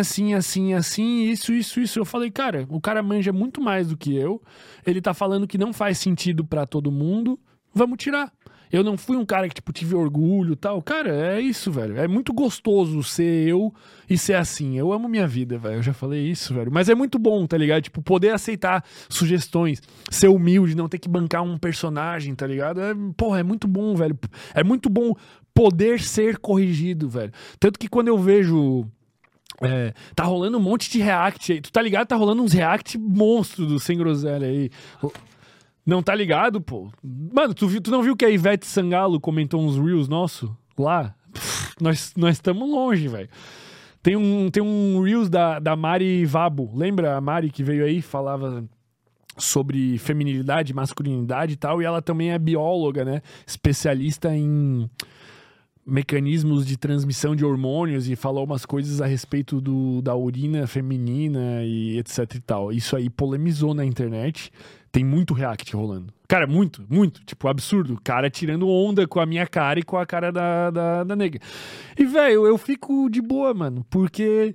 isso. Eu falei, cara, o cara manja muito mais do que eu, ele tá falando que não faz sentido pra todo mundo, vamos tirar. Eu não fui um cara que, tipo, tive orgulho e tal. Cara, é isso, velho. É muito gostoso ser eu e ser assim. Eu amo minha vida, velho. Eu já falei isso, velho. Mas é muito bom, tá ligado? Tipo, poder aceitar sugestões, ser humilde, não ter que bancar um personagem, tá ligado? Porra, é muito bom, velho. É muito bom poder ser corrigido, velho. Tanto que quando eu vejo... tá rolando um monte de react aí. Tu tá ligado? Tá rolando uns react monstros do Sem Groselha aí. Não tá ligado, pô? Mano, tu não viu que a Ivete Sangalo comentou uns reels nossos lá? Nós estamos longe, velho. Tem um reels da Mari Vabo. Lembra a Mari que veio aí? Falava sobre feminilidade, masculinidade e tal. E ela também é bióloga, né? Especialista em mecanismos de transmissão de hormônios e falou umas coisas a respeito da urina feminina e etc e tal. Isso aí polemizou na internet. Tem muito react rolando. Cara, muito. Tipo, absurdo. Cara tirando onda com a minha cara e com a cara da nega. E, velho, eu fico de boa, mano. Porque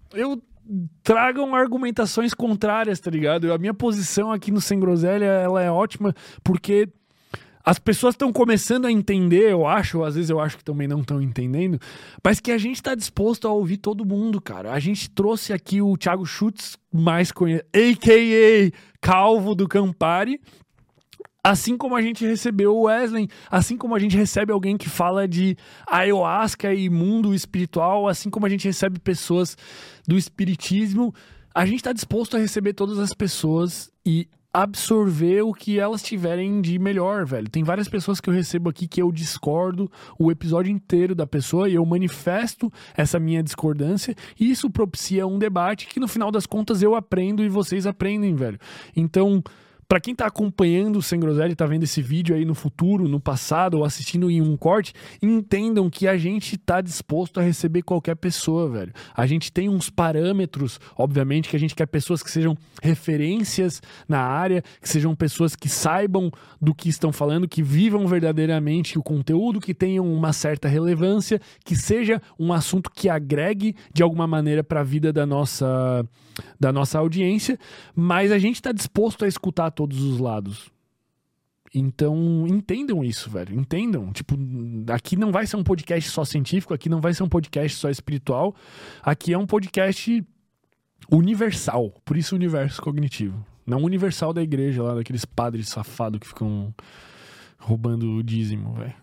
tragam argumentações contrárias, tá ligado? A minha posição aqui no Sem Groselha, ela é ótima porque... As pessoas estão começando a entender, eu acho, às vezes eu acho que também não estão entendendo, mas que a gente tá disposto a ouvir todo mundo, cara. A gente trouxe aqui o Thiago Schutz, mais conhecido, a.k.a. Calvo do Campari, assim como a gente recebeu o Wesley, assim como a gente recebe alguém que fala de ayahuasca e mundo espiritual, assim como a gente recebe pessoas do espiritismo, a gente tá disposto a receber todas as pessoas e absorver o que elas tiverem de melhor, velho. Tem várias pessoas que eu recebo aqui que eu discordo o episódio inteiro da pessoa e eu manifesto essa minha discordância e isso propicia um debate que no final das contas eu aprendo e vocês aprendem, velho. Então, pra quem tá acompanhando o Sem Groselha e tá vendo esse vídeo aí no futuro, no passado ou assistindo em um corte, entendam que a gente tá disposto a receber qualquer pessoa, velho. A gente tem uns parâmetros, obviamente, que a gente quer pessoas que sejam referências na área, que sejam pessoas que saibam do que estão falando, que vivam verdadeiramente o conteúdo, que tenham uma certa relevância, que seja um assunto que agregue de alguma maneira pra vida da nossa audiência, mas a gente tá disposto a escutar todos os lados. Então, entendam isso, velho. Entendam. Tipo, aqui não vai ser um podcast só científico, aqui não vai ser um podcast só espiritual. Aqui é um podcast universal. Por isso, universo cognitivo. Não universal da igreja lá, daqueles padres safados que ficam roubando o dízimo, velho.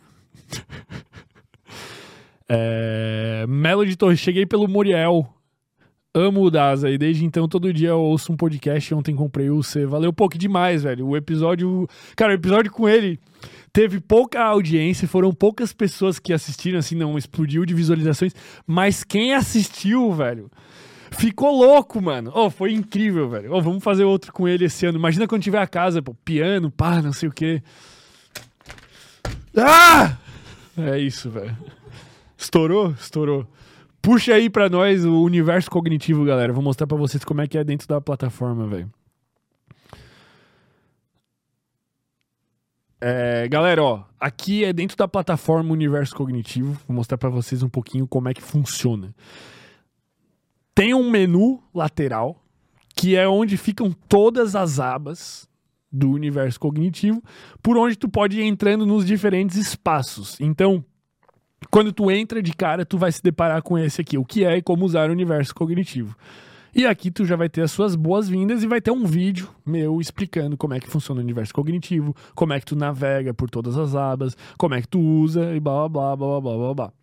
Melody Torres, cheguei pelo Muriel. Amo o Daza e desde então todo dia eu ouço um podcast. Ontem comprei o C. Valeu pouco demais, velho. O episódio com ele teve pouca audiência, foram poucas pessoas que assistiram, assim, não explodiu de visualizações, mas quem assistiu, velho, ficou louco, mano. Foi incrível, velho. Vamos fazer outro com ele esse ano. Imagina quando tiver a casa, pô, piano, pá, não sei o quê. Ah! É isso, velho. Estourou? Puxa aí pra nós o universo cognitivo, galera. Vou mostrar pra vocês como é que é dentro da plataforma, velho. Galera, aqui é dentro da plataforma Universo Cognitivo. Vou mostrar pra vocês um pouquinho como é que funciona. Tem um menu lateral, que é onde ficam todas as abas do Universo Cognitivo, por onde tu pode ir entrando nos diferentes espaços. Então, quando tu entra de cara, tu vai se deparar com esse aqui, o que é e como usar o Universo Cognitivo. E aqui tu já vai ter as suas boas-vindas e vai ter um vídeo meu explicando como é que funciona o Universo Cognitivo, como é que tu navega por todas as abas, como é que tu usa e blá, blá, blá, blá, blá, blá.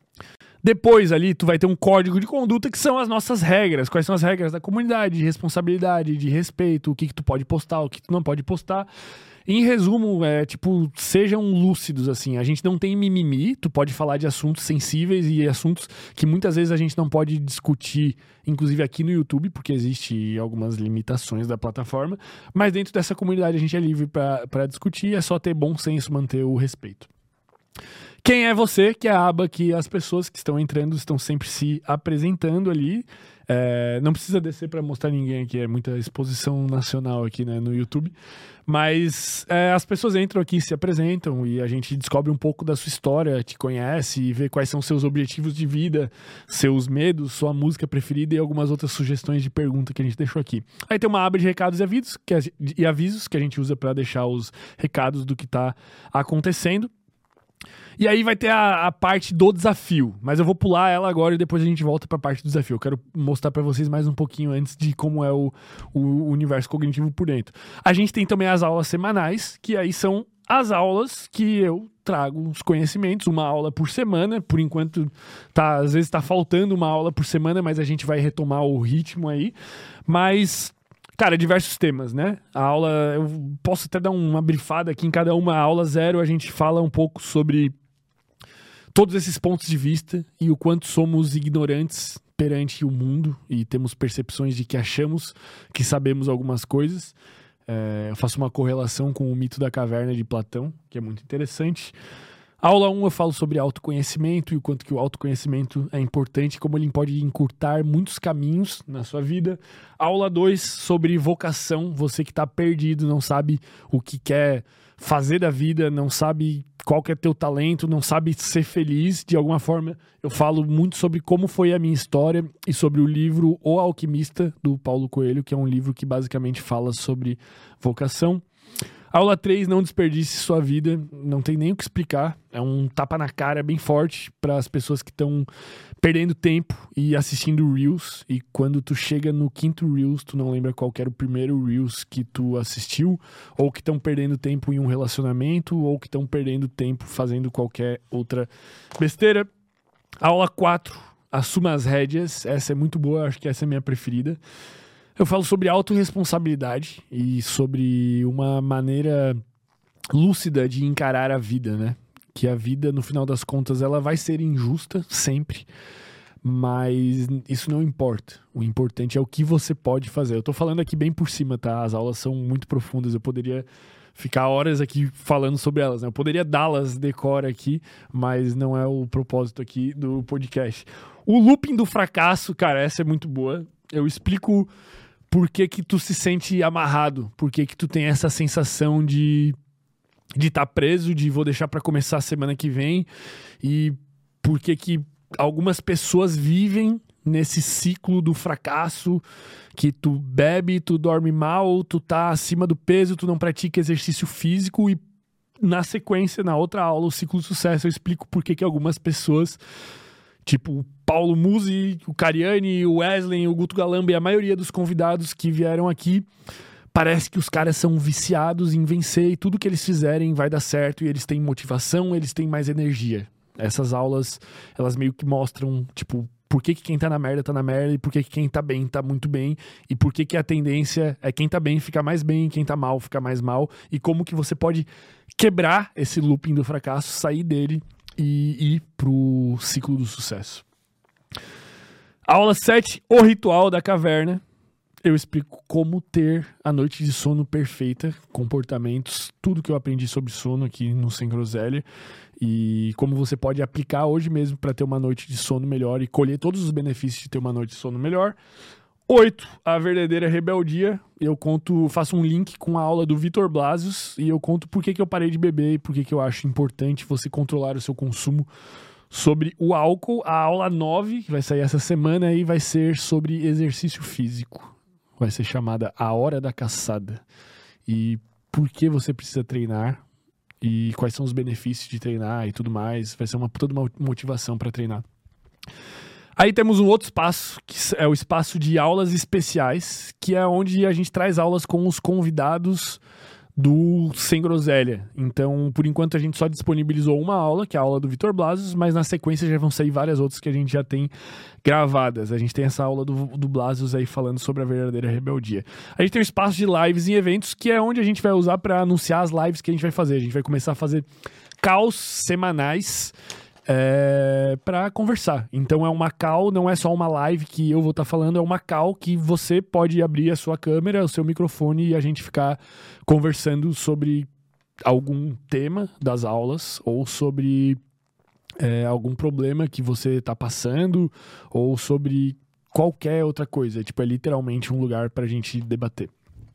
Depois ali tu vai ter um código de conduta que são as nossas regras. Quais são as regras da comunidade, de responsabilidade, de respeito, o que tu pode postar, o que tu não pode postar. Em resumo, sejam lúcidos, assim. A gente não tem mimimi, tu pode falar de assuntos sensíveis e assuntos que muitas vezes a gente não pode discutir, inclusive aqui no YouTube, porque existe algumas limitações da plataforma, mas dentro dessa comunidade a gente é livre para discutir, é só ter bom senso, manter o respeito. Quem é você? Que é a aba que as pessoas que estão entrando estão sempre se apresentando ali. Não precisa descer para mostrar ninguém aqui, é muita exposição nacional aqui, né, no YouTube. Mas as pessoas entram aqui, se apresentam e a gente descobre um pouco da sua história, te conhece e vê quais são seus objetivos de vida, seus medos, sua música preferida e algumas outras sugestões de pergunta que a gente deixou aqui. Aí tem uma aba de recados e avisos que a gente usa para deixar os recados do que está acontecendo. E aí vai ter a parte do desafio, mas eu vou pular ela agora e depois a gente volta pra parte do desafio. Eu quero mostrar pra vocês mais um pouquinho antes de como é o universo cognitivo por dentro. A gente tem também as aulas semanais, que aí são as aulas que eu trago os conhecimentos, uma aula por semana. Por enquanto, às vezes tá faltando uma aula por semana, mas a gente vai retomar o ritmo aí. Mas... cara, diversos temas, né? A aula, eu posso até dar uma brifada aqui em cada uma. A aula 0 a gente fala um pouco sobre todos esses pontos de vista e o quanto somos ignorantes perante o mundo e temos percepções de que achamos que sabemos algumas coisas. Eu faço uma correlação com o mito da caverna de Platão, que é muito interessante. Aula 1 eu falo sobre autoconhecimento e o quanto que o autoconhecimento é importante, como ele pode encurtar muitos caminhos na sua vida. Aula 2 sobre vocação, você que está perdido, não sabe o que quer fazer da vida, não sabe qual que é teu talento, não sabe ser feliz de alguma forma. Eu falo muito sobre como foi a minha história e sobre o livro O Alquimista, do Paulo Coelho, que é um livro que basicamente fala sobre vocação. Aula 3, não desperdice sua vida, não tem nem o que explicar, é um tapa na cara bem forte para as pessoas que estão perdendo tempo e assistindo Reels, e quando tu chega no 5º Reels, tu não lembra qual que era o primeiro Reels que tu assistiu, ou que estão perdendo tempo em um relacionamento, ou que estão perdendo tempo fazendo qualquer outra besteira. Aula 4, assuma as rédeas, essa é muito boa, acho que essa é a minha preferida. Eu falo sobre autorresponsabilidade e sobre uma maneira lúcida de encarar a vida, né? Que a vida, no final das contas, ela vai ser injusta, sempre. Mas isso não importa. O importante é o que você pode fazer. Eu tô falando aqui bem por cima, tá? As aulas são muito profundas. Eu poderia ficar horas aqui falando sobre elas, né? Eu poderia dá-las decor aqui, mas não é o propósito aqui do podcast. O looping do fracasso, cara, essa é muito boa. Eu explico por que que tu se sente amarrado, por que que tu tem essa sensação de estar preso, de vou deixar pra começar a semana que vem, e por que que algumas pessoas vivem nesse ciclo do fracasso, que tu bebe, tu dorme mal, tu tá acima do peso, tu não pratica exercício físico, e na sequência, na outra aula, o ciclo do sucesso, eu explico por que que algumas pessoas, tipo o Paulo Musi, o Cariani, o Wesley, o Guto Galamba e a maioria dos convidados que vieram aqui parece que os caras são viciados em vencer e tudo que eles fizerem vai dar certo e eles têm motivação, eles têm mais energia. Essas aulas, elas meio que mostram, tipo, por que quem tá na merda e por que quem tá bem tá muito bem e por que a tendência é quem tá bem ficar mais bem, quem tá mal ficar mais mal e como que você pode quebrar esse looping do fracasso, sair dele e ir pro ciclo do sucesso. Aula 7, o ritual da caverna. Eu explico como ter a noite de sono perfeita, comportamentos, tudo que eu aprendi sobre sono aqui no Sem Groselha e como você pode aplicar hoje mesmo para ter uma noite de sono melhor e colher todos os benefícios de ter uma noite de sono melhor. 8, a verdadeira rebeldia. Eu faço um link com a aula do Vitor Blasius e eu conto por que eu parei de beber e por que eu acho importante você controlar o seu consumo sobre o álcool. A aula 9, que vai sair essa semana aí, vai ser sobre exercício físico. Vai ser chamada A Hora da Caçada. E por que você precisa treinar e quais são os benefícios de treinar e tudo mais. Vai ser toda uma motivação para treinar. Aí temos um outro espaço, que é o espaço de aulas especiais, que é onde a gente traz aulas com os convidados do Sem Groselha. Então, por enquanto, a gente só disponibilizou uma aula, que é a aula do Vitor Blasius, mas na sequência já vão sair várias outras que a gente já tem gravadas. A gente tem essa aula do Blasius aí falando sobre a verdadeira rebeldia. A gente tem um espaço de lives e eventos, que é onde a gente vai usar para anunciar as lives que a gente vai fazer. A gente vai começar a fazer calls semanais para conversar. Então é uma call, não é só uma live que eu vou estar falando, é uma call que você pode abrir a sua câmera, o seu microfone e a gente ficar conversando sobre algum tema das aulas ou sobre algum problema que você está passando ou sobre qualquer outra coisa. Tipo, é literalmente um lugar para a gente debater.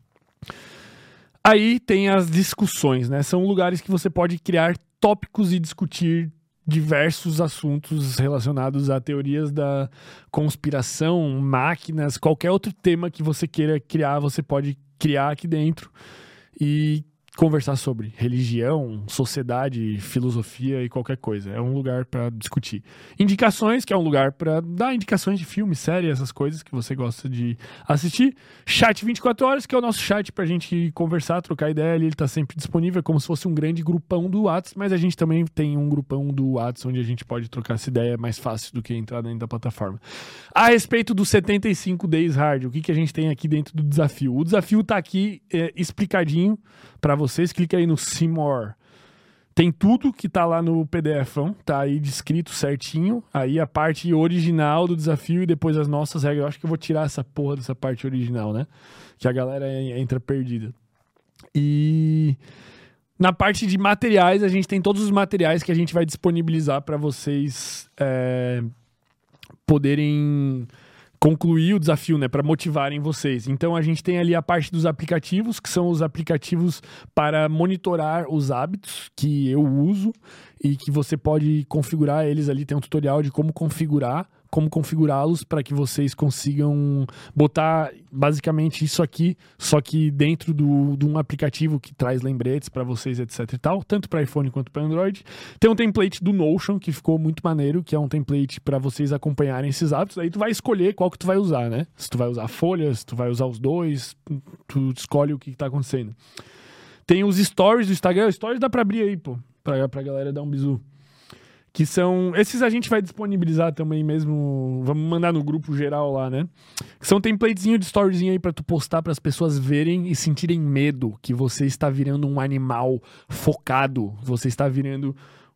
Aí tem as discussões, né? São lugares que você pode criar tópicos e discutir diversos assuntos relacionados a teorias da conspiração, máquinas, qualquer outro tema que você queira criar, você pode criar aqui dentro e conversar sobre religião, sociedade, filosofia e qualquer coisa. É um lugar para discutir. Indicações, que é um lugar para dar indicações de filme, série, essas coisas que você gosta de assistir. Chat 24 horas, que é o nosso chat pra gente conversar, trocar ideia. Ele tá sempre disponível, é como se fosse um grande grupão do WhatsApp, mas a gente também tem um grupão do WhatsApp onde a gente pode trocar essa ideia mais fácil do que entrar dentro da plataforma. A respeito dos 75 Days Hard, o que a gente tem aqui dentro do desafio? O desafio tá aqui explicadinho para vocês. Clica aí no See More. Tem tudo que tá lá no PDFão, tá aí descrito certinho. Aí a parte original do desafio e depois as nossas regras. Eu acho que eu vou tirar essa porra dessa parte original, né? Que a galera entra perdida. E na parte de materiais, a gente tem todos os materiais que a gente vai disponibilizar para vocês poderem concluir o desafio, né, para motivarem vocês. Então a gente tem ali a parte dos aplicativos, que são os aplicativos para monitorar os hábitos que eu uso e que você pode configurar eles ali. Tem um tutorial de como configurá-los para que vocês consigam botar basicamente isso aqui, só que dentro de um aplicativo que traz lembretes para vocês, etc e tal, tanto para iPhone quanto para Android. Tem um template do Notion que ficou muito maneiro, que é um template para vocês acompanharem esses hábitos. Aí tu vai escolher qual que tu vai usar, né? Se tu vai usar folhas, se tu vai usar os dois, tu escolhe o que tá acontecendo. Tem os stories do Instagram. Stories dá para abrir aí, pô, pra galera dar um bisu. Que são... Esses a gente vai disponibilizar também mesmo. Vamos mandar no grupo geral lá, né? São templatezinho de storyzinho aí pra tu postar pras pessoas verem e sentirem medo que você está virando um animal focado. Você está virando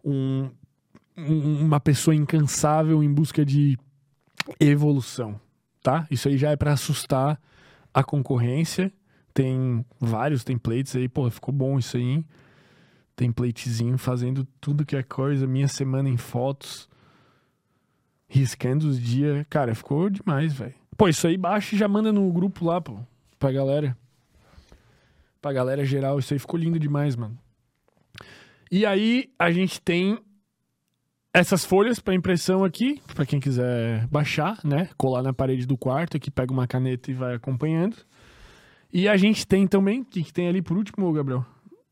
uma pessoa incansável em busca de evolução, tá? Isso aí já é pra assustar a concorrência. Tem vários templates aí. Pô, ficou bom isso aí, hein? Templatezinho, fazendo tudo que é coisa, minha semana em fotos, riscando os dias. Cara, ficou demais, velho. Pô, isso aí baixa e já manda no grupo lá, pô, pra galera. Pra galera geral, isso aí ficou lindo demais, mano. E aí, a gente tem essas folhas pra impressão aqui, pra quem quiser baixar, né? Colar na parede do quarto, aqui pega uma caneta e vai acompanhando. E a gente tem também, o que tem ali por último, Gabriel?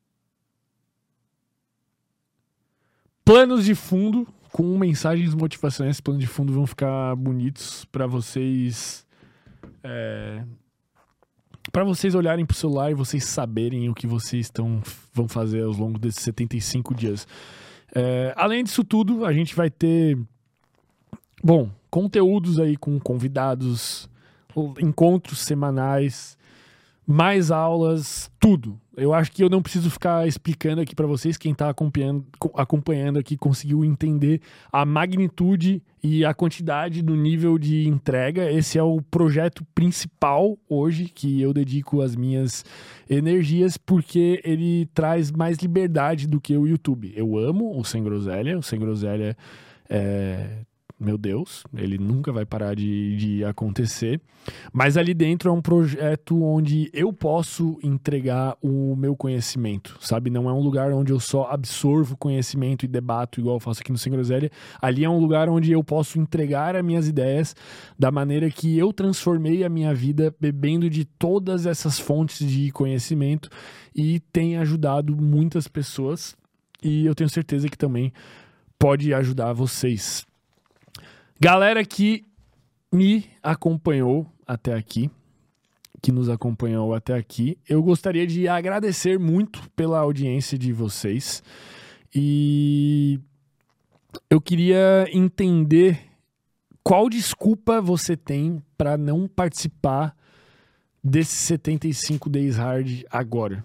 Planos de fundo com mensagens motivacionais. Esses planos de fundo vão ficar bonitos para vocês para vocês olharem pro celular e vocês saberem o que vocês vão fazer ao longo desses 75 dias. Além disso tudo, a gente vai ter, conteúdos aí com convidados, encontros semanais, mais aulas, tudo. Eu acho que eu não preciso ficar explicando aqui para vocês. Quem tá acompanhando aqui conseguiu entender a magnitude e a quantidade do nível de entrega. Esse é o projeto principal hoje que eu dedico as minhas energias, porque ele traz mais liberdade do que o YouTube. Eu amo o Sem Groselha. O Sem Groselha meu Deus, ele nunca vai parar de acontecer. Mas ali dentro é um projeto onde eu posso entregar o meu conhecimento, sabe? Não é um lugar onde eu só absorvo conhecimento e debato igual eu faço aqui no Sem Groselha. Ali é um lugar onde eu posso entregar as minhas ideias da maneira que eu transformei a minha vida bebendo de todas essas fontes de conhecimento e tem ajudado muitas pessoas. E eu tenho certeza que também pode ajudar vocês. Galera que me acompanhou até aqui, que nos acompanhou até aqui, eu gostaria de agradecer muito pela audiência de vocês e eu queria entender qual desculpa você tem para não participar desse 75 Days Hard agora.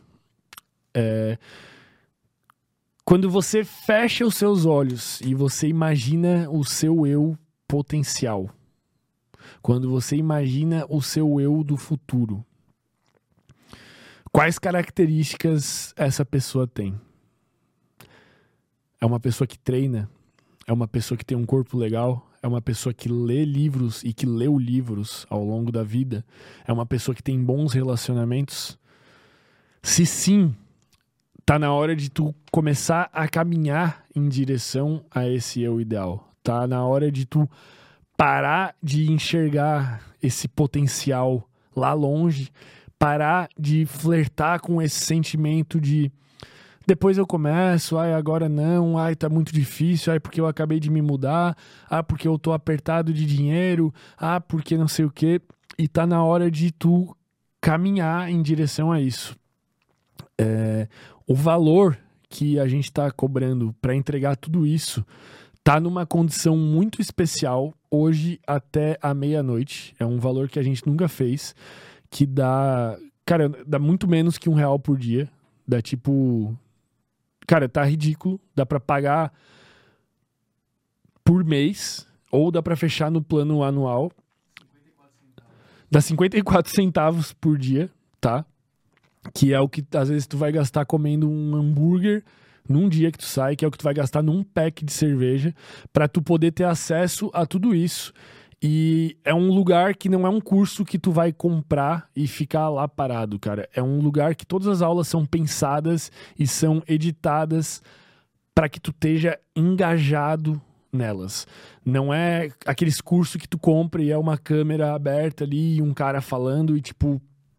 Quando você fecha os seus olhos e você imagina o seu eu potencial, quando você imagina o seu eu do futuro, quais características essa pessoa tem? É uma pessoa que treina? É uma pessoa que tem um corpo legal? É uma pessoa que lê livros e que leu livros ao longo da vida? É uma pessoa que tem bons relacionamentos? Se sim, tá na hora de tu começar a caminhar em direção a esse eu ideal. Tá na hora de tu parar de enxergar esse potencial lá longe, parar de flertar com esse sentimento de depois eu começo, agora não, tá muito difícil, porque eu acabei de me mudar, porque eu tô apertado de dinheiro, porque não sei o quê. E tá na hora de tu caminhar em direção a isso. O valor que a gente tá cobrando para entregar tudo isso tá numa condição muito especial hoje até a meia-noite. É um valor que a gente nunca fez, que dá muito menos que R$1 por dia. Dá tipo... Cara, tá ridículo. Dá pra pagar por mês ou dá pra fechar no plano anual. Dá 54 centavos por dia, tá? Que é o que às vezes tu vai gastar comendo um hambúrguer num dia que tu sai, que é o que tu vai gastar num pack de cerveja, pra tu poder ter acesso a tudo isso. E é um lugar que não é um curso que tu vai comprar e ficar lá parado, cara. É um lugar que todas as aulas são pensadas e são editadas para que tu esteja engajado nelas. Não é aqueles cursos que tu compra e é uma câmera aberta ali e um cara falando e tipo...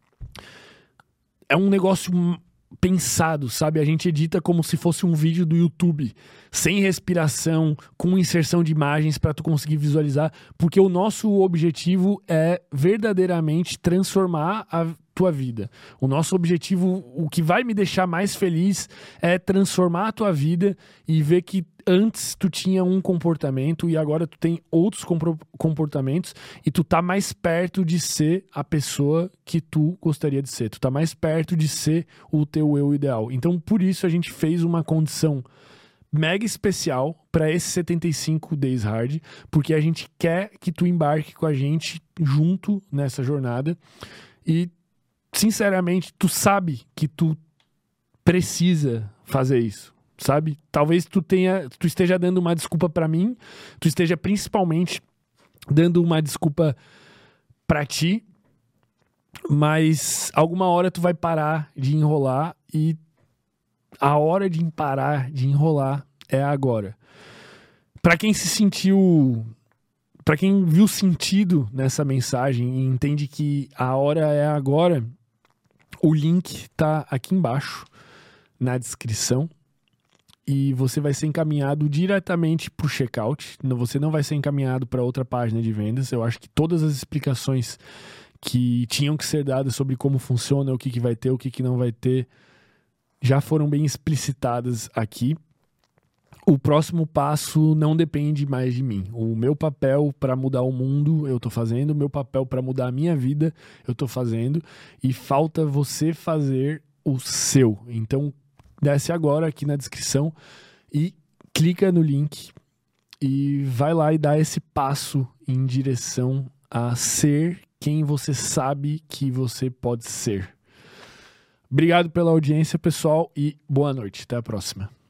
É um negócio pensado, sabe? A gente edita como se fosse um vídeo do YouTube, sem respiração, com inserção de imagens para tu conseguir visualizar, porque o nosso objetivo é verdadeiramente transformar a tua vida. O nosso objetivo, o que vai me deixar mais feliz é transformar a tua vida e ver que antes tu tinha um comportamento e agora tu tem outros comportamentos e tu tá mais perto de ser a pessoa que tu gostaria de ser. Tu tá mais perto de ser o teu eu ideal. Então, por isso a gente fez uma condição mega especial para esse 75 Days Hard, porque a gente quer que tu embarque com a gente junto nessa jornada e sinceramente, tu sabe que tu precisa fazer isso, sabe? Talvez tu esteja dando uma desculpa pra mim, tu esteja principalmente dando uma desculpa pra ti, mas alguma hora tu vai parar de enrolar e a hora de parar de enrolar é agora. Pra quem viu sentido nessa mensagem e entende que a hora é agora, o link tá aqui embaixo na descrição e você vai ser encaminhado diretamente pro checkout. Você não vai ser encaminhado para outra página de vendas. Eu acho que todas as explicações que tinham que ser dadas sobre como funciona, o que vai ter, o que não vai ter, já foram bem explicitadas aqui. O próximo passo não depende mais de mim. O meu papel para mudar o mundo eu tô fazendo, o meu papel para mudar a minha vida eu tô fazendo, e falta você fazer o seu. Então desce agora aqui na descrição e clica no link e vai lá e dá esse passo em direção a ser quem você sabe que você pode ser. Obrigado pela audiência, pessoal, e boa noite. Até a próxima.